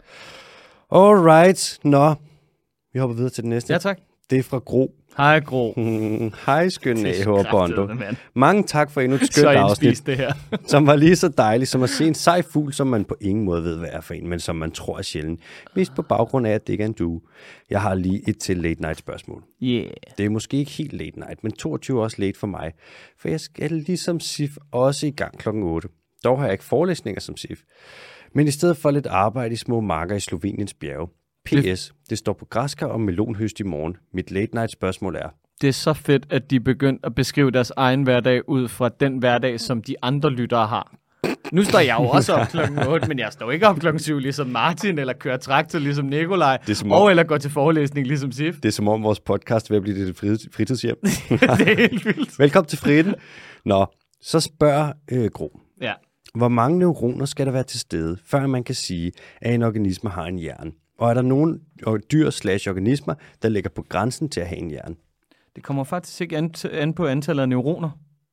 Alright, nå. Vi hopper videre til det næste. Ja, tak. Det er fra Gro. Hej, Gro. Hej, skønne A H og Bondo. Mange tak for endnu et skønt afsnit, det her. som var lige så dejligt som at se en sej fugl, som man på ingen måde ved, hvad er for en, men som man tror er sjældent. Mest på baggrund af, at det ikke er en due. Jeg har lige et til late night spørgsmål. Yeah. Det er måske ikke helt late night, men toogtyve er også late for mig. For jeg skal ligesom Sif også i gang klokken otte. Dog har jeg ikke forelæsninger som Sif. Men i stedet for lidt arbejde i små marker i Sloveniens bjerge. P S. Det står på græskar og melonhøst i morgen. Mit late night spørgsmål er... Det er så fedt, at de begyndte at beskrive deres egen hverdag ud fra den hverdag, som de andre lyttere har. Nu står jeg jo også op klokken otte, men jeg står ikke op klokken syv ligesom Martin, eller kører traktor ligesom Nikolaj, om... og eller går til forelæsning ligesom Sif. Det er som om vores podcast vil blive det fritidshjem. Det er helt vildt. Velkommen til Fritten. Nå, så spørger øh, Gro. Ja. Hvor mange neuroner skal der være til stede, før man kan sige, at en organisme har en hjerne? Og er der nogle dyr slash organismer, der ligger på grænsen til at have en hjerne? Det kommer faktisk ikke an, an på antallet af neuroner.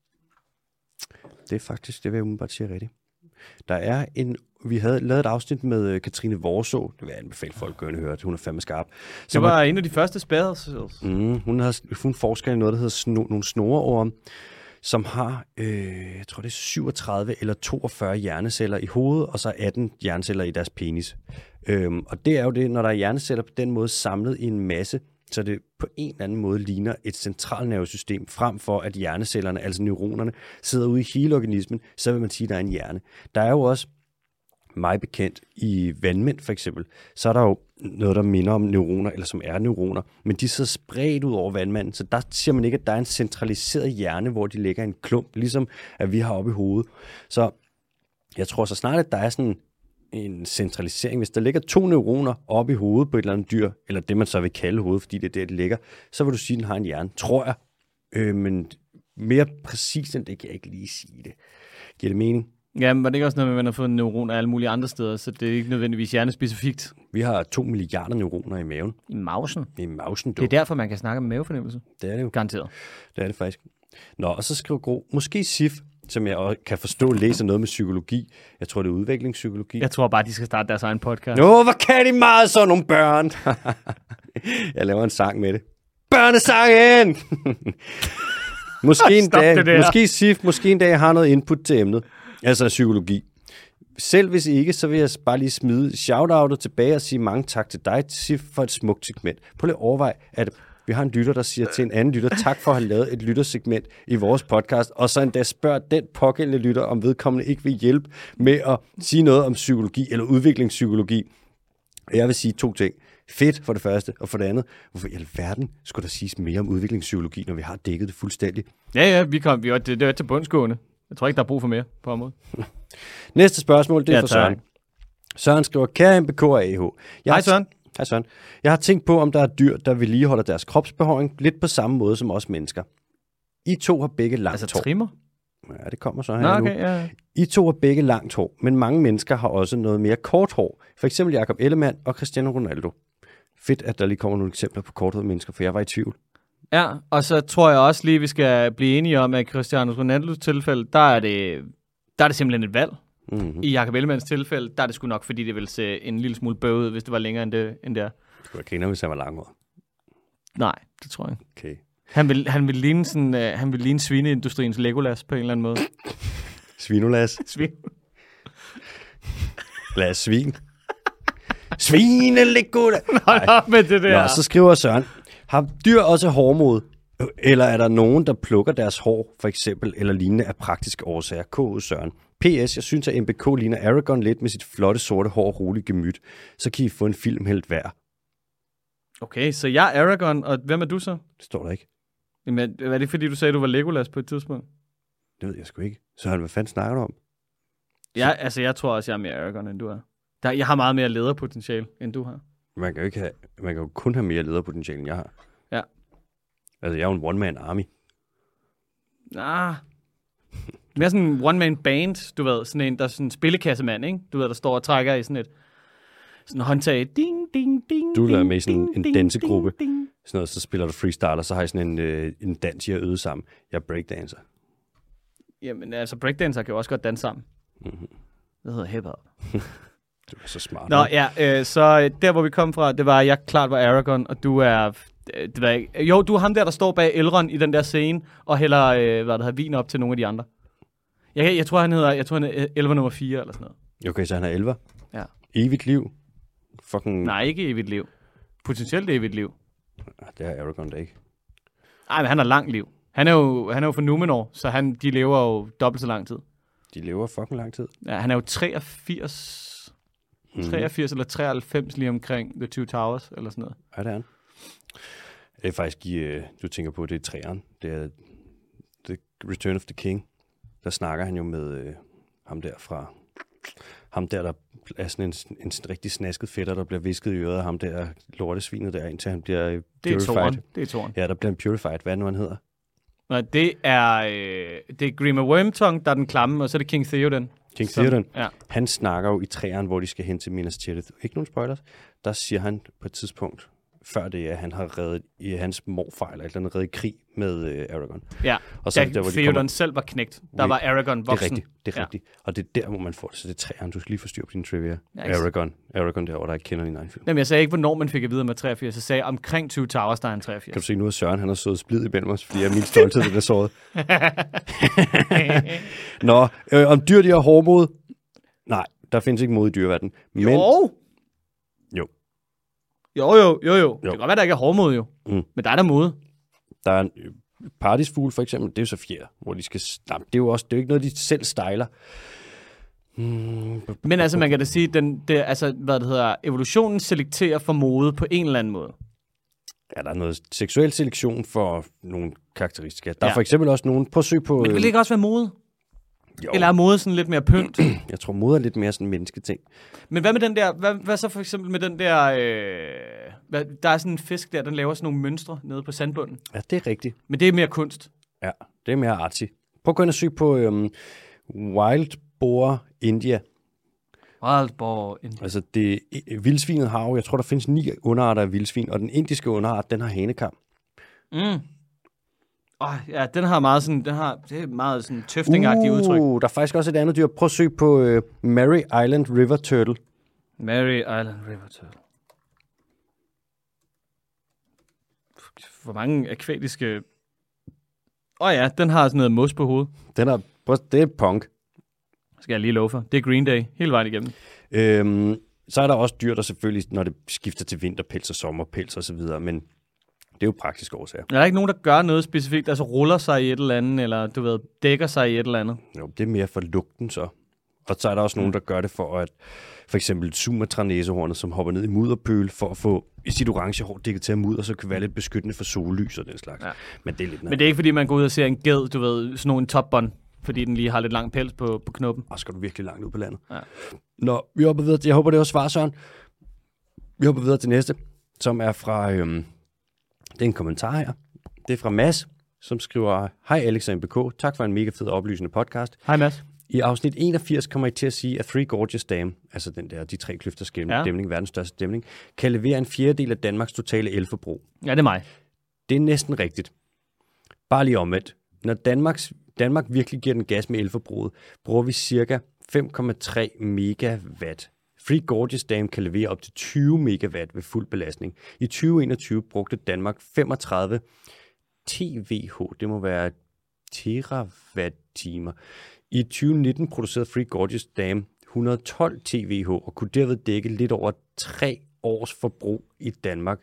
Det er faktisk, det vil jeg umiddelbart sige rigtigt. Der er en, vi havde lavet et afsnit med Katrine Vorså, det vil jeg anbefale folk at høre, hun er fandme skarp. Det var har, en af de første spærrede. Mm, hun, har, hun forsker i noget, der hedder sno, nogle snoreorm, som har, øh, jeg tror det er syvogtredive eller toogfyrre hjerneceller i hovedet, og så atten hjerneceller i deres penis. Øhm, og det er jo det, når der er hjerneceller på den måde samlet i en masse, så det på en eller anden måde ligner et centralnervesystem, frem for at hjernecellerne, altså neuronerne, sidder ude i hele organismen, så vil man sige, at der er en hjerne. Der er jo også, meget bekendt, i vandmænd for eksempel, så er der jo noget, der minder om neuroner, eller som er neuroner, men de er så spredt ud over vandmanden, så der siger man ikke, at der er en centraliseret hjerne, hvor de ligger i en klump, ligesom at vi har oppe i hovedet. Så jeg tror så snart, at der er sådan en centralisering. Hvis der ligger to neuroner oppe i hovedet på et eller andet dyr, eller det, man så vil kalde hovedet, fordi det er der, det ligger, så vil du sige, at den har en hjerne, tror jeg. Øh, men mere præcist end det kan jeg ikke lige sige det. Giver det mening? Ja, men var det ikke også noget med, at man har fået neuroner alle mulige andre steder, så det er ikke nødvendigvis hjernespecifikt? Vi har to milliarder neuroner i maven. I mausen? I mausen, du. Det er derfor, man kan snakke om mavefornemmelse. Det er det jo. Garanteret. Det er det faktisk. Nå, og så skriver Gro, måske S I F, som jeg også kan forstå, læser noget med psykologi. Jeg tror, det er udviklingspsykologi. Jeg tror bare, de skal starte deres egen podcast. Nå, hvor kan de meget sådan nogle børn? Jeg laver en sang med det. Børnesangen! måske, en dag, måske S I F, måske en dag jeg har noget input til emnet. Altså psykologi. Selv hvis ikke, så vil jeg bare lige smide shout-outet tilbage og sige mange tak til dig, S I F, for et smukt segment. Prøv lige at overveje, at vi har en lytter, der siger til en anden lytter, tak for at have lavet et lyttersegment i vores podcast, og så endda spørger den pågældende lytter, om vedkommende ikke vil hjælpe med at sige noget om psykologi eller udviklingspsykologi. Jeg vil sige to ting. Fedt for det første, og for det andet, hvorfor i alverden skulle der siges mere om udviklingspsykologi, når vi har dækket det fuldstændigt? Ja, ja, vi kom, vi var, det, det var til bundsgående. Jeg tror ikke, der er brug for mere på området. Næste spørgsmål, det er Ja, fra tak. Søren. Søren skriver, kære M B K og A H. Jeg Hej Søren. Hej Søren. Jeg har tænkt på, om der er dyr, der vedligeholder deres kropsbehåring lidt på samme måde som os mennesker. I to har begge langt Altså hår. trimmer? Ja, det kommer så her Nå, nu. okay, ja. I to har begge langt hår, men mange mennesker har også noget mere kort hår. For eksempel Jakob Ellemann og Cristiano Ronaldo. Fedt, at der lige kommer nogle eksempler på korthårede mennesker, for jeg var i tvivl. Ja, og så tror jeg også lige, vi skal blive enige om, at i Cristiano Ronaldos tilfælde, der er det, der er det simpelthen et valg. Mm-hmm. I Jakob Ellemanns tilfælde, der er det sgu nok, fordi det ville se en lille smule bøvet ud, hvis det var længere end det, end det er. Det skulle jeg grine, hvis han var langhåret. Nej, det tror jeg ikke. Okay. Han vil, han vil ligne sådan, uh, han vil ligne svineindustriens Legolas på en eller anden måde. Svinolas. Svin. Lad os svin. Svine Legolas. Hold op med det der. Nå, så skriver Søren. Har dyr også hårmod? Eller er der nogen, der plukker deres hår, for eksempel, eller lignende af praktiske årsager? K. Søren. P S. Jeg synes, at M B K ligner Aragorn lidt med sit flotte sorte hår og rolige gemyt. Så kan I få en film helt hver. Okay, så jeg er Aragorn, og hvem er du så? Det står der ikke. Jamen, er det fordi, du sagde, du var Legolas på et tidspunkt? Det ved jeg sgu ikke. Søren, hvad fanden snakker du om? Jeg, altså, jeg tror også, jeg er mere Aragorn, end du er. Der, jeg har meget mere lederpotentiale, end du har. Man kan jo ikke have, man kan jo kun have mere lederpotentiale, end jeg har. Ja. Altså, jeg er jo en one-man army. Ah. Mere sådan en one-man band, du ved. Sådan en, der er sådan en spillekassemand, ikke? Du ved, der står og trækker i sådan et sådan en håndtag. Ding, ding, ding, Du er ding, med i sådan en ding, dansegruppe. ding, ding. Sådan noget, så spiller du freestyle, og så har I sådan en, øh, en dans, I har øvet sammen. Jeg er breakdancer. Jamen, altså, breakdancer kan jo også godt danse sammen. Mm-hmm. Det hedder hip-hop. Du er så smart. Nå, ja, øh, så øh, der, hvor vi kom fra, det var, at jeg klart var Aragorn, og du er... Øh, det var ikke, jo, du er ham der, der står bag Elrond i den der scene, og hælder, øh, hvad der hedder, vin op til nogle af de andre. Jeg, jeg tror, han hedder, jeg tror, han er elver nummer fire, eller sådan noget. Okay, så han er elver. Ja. Evigt liv. Fucking... Nej, ikke evigt liv. Potentielt evigt liv. Ah, det er Aragorn da ikke. Nej, men han har lang liv. Han er jo, han er jo fra Numenor, så han, de lever jo dobbelt så lang tid. De lever fucking lang tid. Ja, han er jo treogfirs, mm. treogfirs eller treoghalvfems lige omkring The Two Towers, eller sådan noget. Ja, det er han. Det er faktisk, i, du tænker på, det er træeren. Det er The Return of the King. Der snakker han jo med øh, ham der fra... Ham der, der er sådan en, en rigtig snasket fætter, der bliver visket i øret af ham der lortesvinet der, indtil han bliver øh, Det er purified. toren. Det er toren. Ja, der bliver han purified. Hvad er det nu, han hedder? Nej, det er, øh, det er Grima Wormtongue, der er den klamme, og så er det King Theoden. King Som- Theoden. Ja. Han snakker jo i træerne, hvor de skal hen til Minas Tirith. Ikke nogen spoilers. Der siger han på et tidspunkt, før det er, at han har reddet i hans morfar, eller et eller andet reddet i krig med øh, Aragorn. Ja, Og så er da det der, hvor de Theoden kommer... selv var knægt, der var Aragorn Det er voksen. rigtigt, det er Ja. rigtigt. Og det er der, hvor man får det. Så det er træerne. Du skal lige få styr på din trivia. Ja, ikke- Aragorn. Aragorn der, hvor der ikke kender din egen film. Jamen, jeg sagde ikke, hvornår man fik at vide med treogfirs. Jeg sagde omkring Two Towers, der er en treogfirs. Kan du se nu, at Søren han har stået splid imellem os, fordi jeg er min stolthed, den er såret. Nå, øh, om dyr, de har hårdmod? Nej, der findes ikke mod i dyreverdenen. Men, Jo. Jo. Jo, jo, jo, jo. Jo. Det kan godt være, der ikke er hårdmod, jo. Mm. Men der er der mode. Der er en øh, paradisfugl for eksempel, det er jo så fjer, hvor de skal... Nej, det er jo også, det er jo ikke noget, de selv styler. Hmm. Men altså, man kan da sige, den, det, altså, hvad det hedder, evolutionen selekterer for mode på en eller anden måde. Ja, der er noget seksuel selektion for nogle karakteristika. Der ja. er for Ja. eksempel også nogen, prøv at søge på... Men det vil ikke også være mode? Jo. Eller er mode sådan lidt mere pynt? Jeg tror, mode er lidt mere sådan en mennesketing. Men hvad med den der, hvad, hvad så for eksempel med den der, øh, hvad, der er sådan en fisk der, den laver sådan nogle mønstre nede på sandbunden. Ja, det er rigtigt. Men det er mere kunst. Ja, det er mere artsy. Prøv at gå ind og søge på øhm, Wild Boar India. Wild Boar India. Altså, det vildsvinet har jo, jeg tror, der findes ni underarter af vildsvin, og den indiske underart, den har hanekam. Mm. Oh, ja, den har meget sådan, den har, det er meget sådan tøftingagtigt uh, udtryk. Der er faktisk også et andet dyr. Prøv at søge på øh, Mary Island River Turtle. Mary Island River Turtle. Hvor mange akvatiske... Åh oh ja, den har sådan noget mos på hovedet. Den er, prøv, det er punk. Skal jeg lige love for. Det er Green Day, hele vejen igennem. Øhm, så er der også dyr, der selvfølgelig, når det skifter til vinterpels og sommerpels og så videre, men det er jo praktisk årsager. Er der ikke nogen, der gør noget specifikt, altså ruller sig i et eller andet, eller du ved, dækker sig i et eller andet? Jo, det er mere for lugten så. Og så er der også nogen, der gør det for at, for eksempel Sumatra-næsehornet, som hopper ned i mudderpøl, for at få sit orange hår dækket til at mudder, så kan være lidt beskyttende for sollys og den slags. Ja. Men det er lidt Men det er ikke, fordi man går ud og ser en ged, du ved, sådan en topbånd, fordi den lige har lidt lang pels på, på knoppen. Og skal du virkelig langt ud på landet. Ja. Nå, vi hopper videre. Jeg håber, det var svar, Søren. Vi hopper videre til næste, som er fra, øhm, det er en kommentar her. Det er fra Mads, som skriver, hej Alex og M B K, tak for en mega fed og oplysende podcast. Hej Mads. I afsnit enogfirs kommer I til at sige, at Three Gorges Dam, altså den der, de tre kløfters ja. dæmning, verdens største dæmning, kan levere en fjerdedel af Danmarks totale elforbrug. Ja, det er mig. Det er næsten rigtigt. Bare lige omvendt. Når Danmarks, Danmark virkelig giver den gas med elforbruget, bruger vi cirka fem komma tre megawatt. Three Gorges Dam kan levere op til tyve megawatt ved fuld belastning. I tyve enogtyve brugte Danmark femogtredive terawatt, det må være terawatt-timer. I tyve nitten producerede Three Gorges Dam et hundrede og tolv terawatt og kunne derved dække lidt over tre års forbrug i Danmark.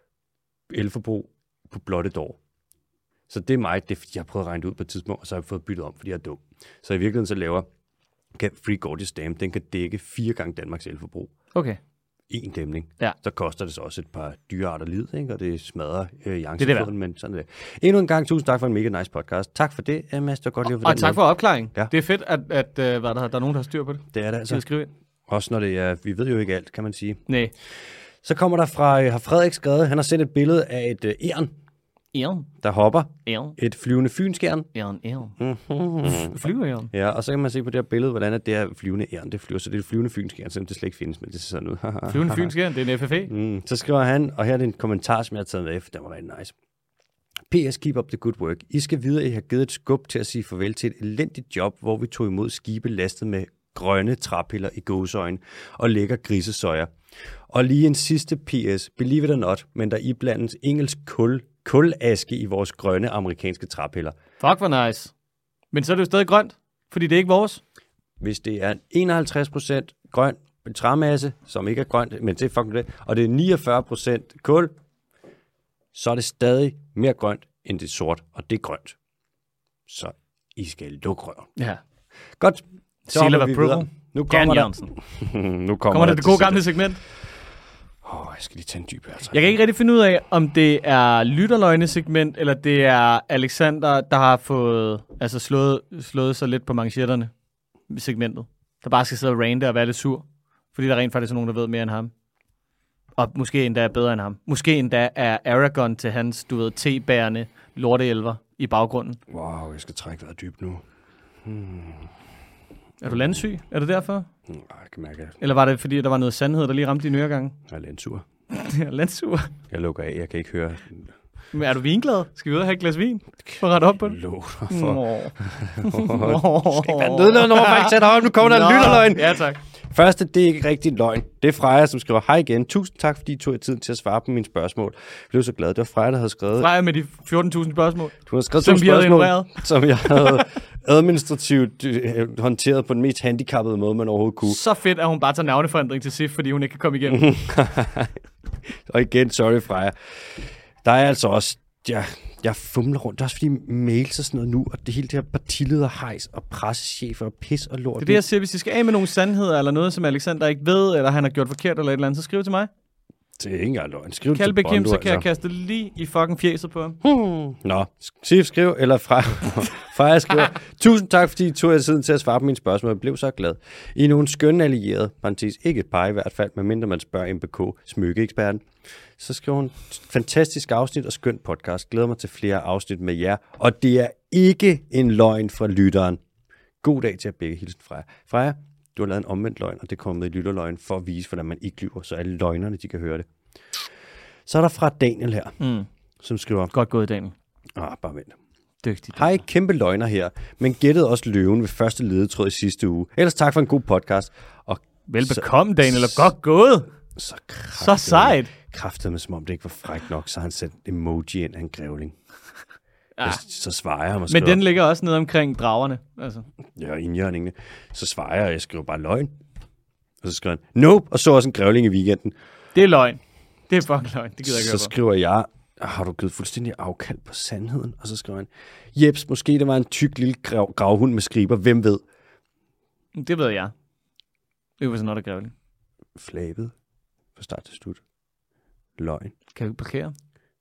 Elforbrug på blot et år. Så det er mig, det er, fordi jeg har prøvet at regne det ud på et tidspunkt, og så har jeg fået byttet om, fordi jeg er dum. Så i virkeligheden så laver kan Three Gorges Dam, den kan dække fire gange Danmarks elforbrug. Okay. En dæmning. Ja. Så koster det så også et par dyrearter liv, ikke? Og det smadrer øh, jancefloden, men sådan er det. Endnu en gang, tusind tak for en mega nice podcast. Tak for det, Mads. Det var godt lige at Og, og tak for opklaring. Ja. Det er fedt, at, at uh, hvad der, der er nogen, der har styr på det. Det er det altså. Skrive ind. Også når det er, vi ved jo ikke alt, kan man sige. Nej. Så kommer der fra, har Frederik skrevet, han har sendt et billede af et øh, æren, Æren. der hopper. Æren. Et flyvende fynskæren. Æren, æren. Mm-hmm. Flyver æren. Ja, og så kan man se på det her billede, hvordan det er flyvende æren, det flyver. Så det er et flyvende fynskæren, selvom det slet ikke findes, men det ser sådan ud. Flyvende fynskæren, det er en F F A. Mm, så skriver han, og her er det en kommentar, som jeg har taget med, for den var rigtig nice. P S, keep up the good work. I skal videre, I har givet et skub til at sige farvel til et elendigt job, hvor vi tog imod skibe lastet med grønne træpiller i gåseøjne og lækker grisesøjer. Og lige en sidste P S, believe it or not, men der iblandes engelsk kul, kulaske i vores grønne amerikanske træpiller. Fuck, hvor nice. Men så er det jo stadig grønt, fordi det er ikke vores. Hvis det er enoghalvtreds procent grøn træmasse, som ikke er grønt, men det er fucking det, og det er niogfyrre procent kul, så er det stadig mere grønt, end det er sort, og det er grønt. Så I skal lukke røven. Ja. Godt. Så Seal of hopper vi approval. videre. Nu kommer der, nu kommer Kommer der det gode gamle segment? Åh, oh, jeg skal lige tage en dyb altså. Jeg kan ikke rigtig finde ud af, om det er lytterløgne-segment, eller det er Alexander, der har fået altså slået, slået sig lidt på manchetterne i segmentet. Der bare skal sidde og rante og være lidt sur. Fordi der rent faktisk er nogen, der ved mere end ham. Og måske endda er bedre end ham. Måske endda er Aragorn til hans, du ved, tebærende lorteelver i baggrunden. Wow, jeg skal trække vejret dybt nu. Hmm. Er du landsyg? Er det derfor? Hmm, jeg kan mærke, at Eller var det, fordi der var noget sandhed, der lige ramte dine øregange? jeg er landsur. Landsur. Jeg lukker af, jeg kan ikke høre. Men er du vinglad? Skal vi ud og have et glas vin? For at rette op på det? Lå for. Nå. Skal ikke være nødløgn, når man ikke sætter op. Nu kommer der en lytterløgn. Ja, tak. Første, det er ikke rigtig løgn. Det er Freja, som skriver, hej igen. Tusind tak, fordi I tog jer tid til at svare på mine spørgsmål. Jeg blev så glad. Det var Freja, der havde skrevet... Freja med de fjorten tusind spørgsmål. Du har skrevet Som to vi havde spørgsmål, ignoreret. som jeg havde administrativt øh, håndteret på den mest handicappede måde, man overhovedet kunne. Så fedt, at hun bare tager navneforandring til S I F, fordi hun ikke kan komme igennem. Og igen, sorry Freja. Der er altså også... Ja, Jeg fumler rundt. Det er også fordi mails og sådan noget nu, og det hele det her partileder hejs og pressechefer og pis og lort. Det er det, jeg siger. Hvis I skal af med nogle sandheder, eller noget, som Alexander ikke ved, eller han har gjort forkert, eller et eller andet, så skriv til mig. Det er ikke engang løgn. Skriv Kald til Kim, så kan altså. jeg kaste lige i fucking fjeset på ham. Hmm. Nå, Sif skriv, eller fra, fra jeg skriver. Tusind tak, fordi I tog jer tiden til at svare på mine spørgsmål. Jeg blev så glad. I er nogle skønne allierede, parentes ikke et par i hvert fald, medmindre man spørger M B K, smykkeeksperten. Så skriver hun, fantastisk afsnit og skønt podcast. Glæder mig til flere afsnit med jer. Og det er ikke en løgn fra lytteren. God dag til at begge hilsen fra jer. Freja, du har lavet en omvendt løgn, og det kommer med i lytterløgn for at vise, hvordan man ikke lyver, så alle løgnerne, de kan høre det. Så er der fra Daniel her, Mm. som skriver... Godt gået, Daniel. Ah, bare vent. Dygtig. Hej, kæmpe løgner her, men gættede også løven ved første ledetråd i sidste uge. Ellers tak for en god podcast. Og Velbekomme, Daniel, og godt gået. Så, Så sejt. Kraftedeme, som om det ikke var frækt nok, så har han sat emoji ind af en grævling. Ja. Så svarer jeg ham og Men skriver... den ligger også nede omkring dragerne. Altså. Ja, indjørningene. Så svarer jeg, og jeg skriver bare løgn. Og så skriver han, nope, og så også en grævling i weekenden. Det er løgn. Det er fucking løgn. Det gider jeg ikke Så høre på. skriver jeg, har du givet fuldstændig afkald på sandheden? Og så skriver han, jeps, måske det var en tyk lille grav- gravhund med skriber, hvem ved? Det ved jeg. Det var sådan noget, der grævling. Flabet fra start til slut. Løgn. Kan vi parkere?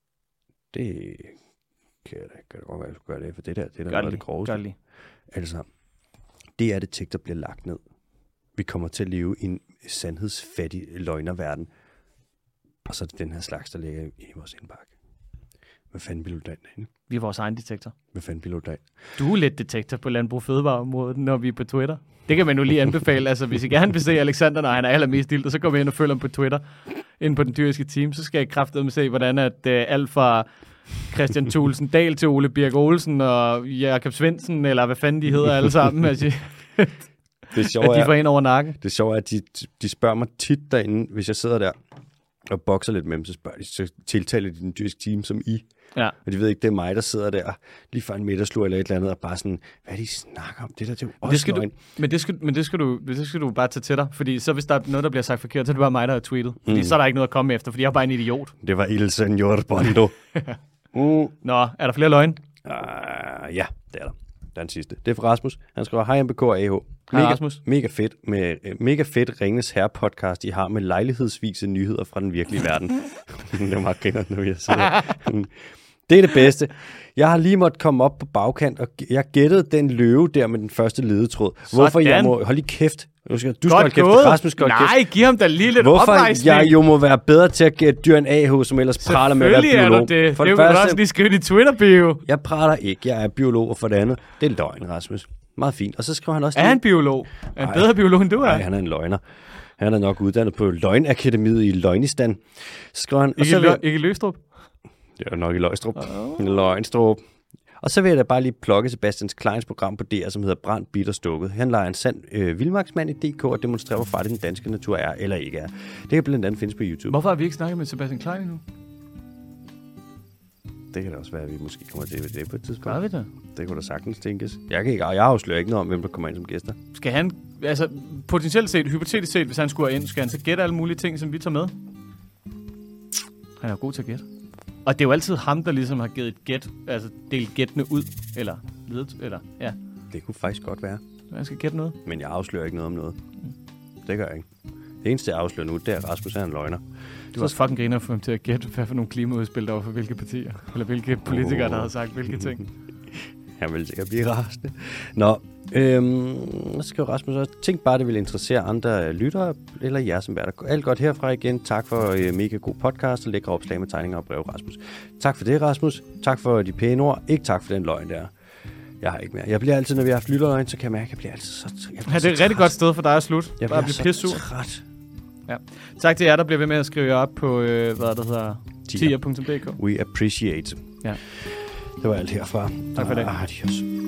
Det kan jeg da kan det godt være, at jeg skulle gøre det, for det der, det er Gør der det noget af det lige. groveste. Gør det lige. Altså, det er det der bliver lagt ned. Vi kommer til at leve i en sandhedsfattig løgnerverden. Og så er det den her slags, der ligger i vores indbakke. Hvad fanden vil du derinde? Vi er vores egen detektor. Hvad fanden vil du derinde? Du er lidt detektor på Landbrug Fødevareområdet, når vi er på Twitter. Det kan man nu lige anbefale. Altså, hvis I gerne vil se Alexander, når han er allermest ild, så går vi ind og følger ham på Twitter, ind på den dyriske team. Så skal jeg kraftedeme se, hvordan at uh, alt fra Christian Thulesen Dahl til Ole Birk Olsen og Jakob Svendsen, eller hvad fanden de hedder alle sammen, altså, Det sjove at de er, får ind over nakken. det sjove er, at de, de spørger mig tit derinde, hvis jeg sidder der og bokser lidt med dem, så, spørger de, så tiltaler de den dyriske team som I. Ja. Og de ved ikke, det er mig, der sidder der lige for en middagslur eller et eller andet, og bare sådan, hvad er det, I snakker om? Det der, det er jo også Det skal du, løgn. men, det skal, men det, skal du, det skal du bare tage til dig, fordi så hvis der er noget, der bliver sagt forkert, så er det bare mig, der har tweetet. Fordi Mm. så er der ikke noget at komme efter, fordi jeg er bare en idiot. Det var Il Señor Bondo. mm. Nå, er der flere løgne? Uh, ja, det er der. Der er den sidste. Det er fra Rasmus. Han skriver, hej M B K og A H. Hej, Mega, Rasmus. mega fedt med uh, mega fedt Ringenes Herre podcast, I har med lejlighedsvise nyheder fra den virkelige verden. Det er meget griner, når jeg siger det. Det er det bedste. Jeg har lige måttet komme op på bagkant, og jeg gættede den løve der med den første ledetråd. Hvorfor Sådan. jeg må... Hold lige kæft. Du skal, du skal Godt holde kæft. gået. Rasmus skal holde kæft. Nej, giv ham da lige lidt Hvorfor oprejsning. jeg jo må være bedre til at gætte dyr end A H, som ellers praler med at være Selvfølgelig er biolog. du det. For Det det vil du også første, lige skrive i Twitter-bio. jeg praler ikke. Jeg er biolog, og for det andet, det er løgn, Rasmus. Meget fint. Og så skriver han også... Er han biolog? Er han Ej. bedre biolog, end du er? Nej, han er en løgner. Han er nok uddannet på Løgnakademiet i Løgnistan. Så skriver han... og Ikke, så vil, lø- ikke Løgstrup? det er nok i Løgstrup. Oh. Løgnstrup. Og så vil jeg da bare lige plukke Sebastian Kleins program på D R, som hedder Brændt, Bidt og Stukket. Han leger en sand øh, vildmarksmand i D K og demonstrerer, hvor farlig den danske natur er eller ikke er. Det kan blandt andet findes på YouTube. Hvorfor har vi ikke snakket med Sebastian Klein endnu? Det kan da også være, at vi måske kommer til det på et tidspunkt. Gør vi det? Det kunne da sagtens tænkes. Jeg, kan ikke, jeg afslører ikke noget om, hvem der kommer ind som gæster. Skal han, altså potentielt set, hypotetisk set, hvis han skulle ind, skal han så gætte alle mulige ting, som vi tager med? Han er jo god til at gætte. Og det er jo altid ham, der ligesom har givet et gæt, altså delt gættene ud, eller ledet, eller ja. Det kunne faktisk godt være. Så han skal gætte noget. Men jeg afslører ikke noget om noget. Det gør jeg ikke. Det eneste, jeg afslører nu, det er, at Rasmus er en løgner. Det var også fucking griner at få ham til at gætte, hvad for nogle klimaudspil der var for hvilke partier, eller hvilke politikere, der havde sagt hvilke ting. Han vil sikkert blive rasende. Nå, øhm, så skriver Rasmus også, tænk bare, det vil interessere andre lyttere, eller jer som værter. Alt godt herfra igen. Tak for øh, mega god podcast, og lækre opslag med tegninger og brev, Rasmus. Tak for det, Rasmus. Tak for de pæne ord. Ikke tak for den løgn der. Jeg har ikke mere. Jeg bliver altid, når vi har haft lytterløgn, så kan jeg mærke, at jeg bliver altid så, jeg bliver Ja, det er et så rigtig træt. godt sted for dig at slutte. Jeg Bare bliver blive så pissur. træt. Ja. Tak til jer, der bliver ved med at skrive op på, øh, hvad det hedder, tier punktum d k. We appreciate. Ja. Det var alt herfra. Tak for det. Adios.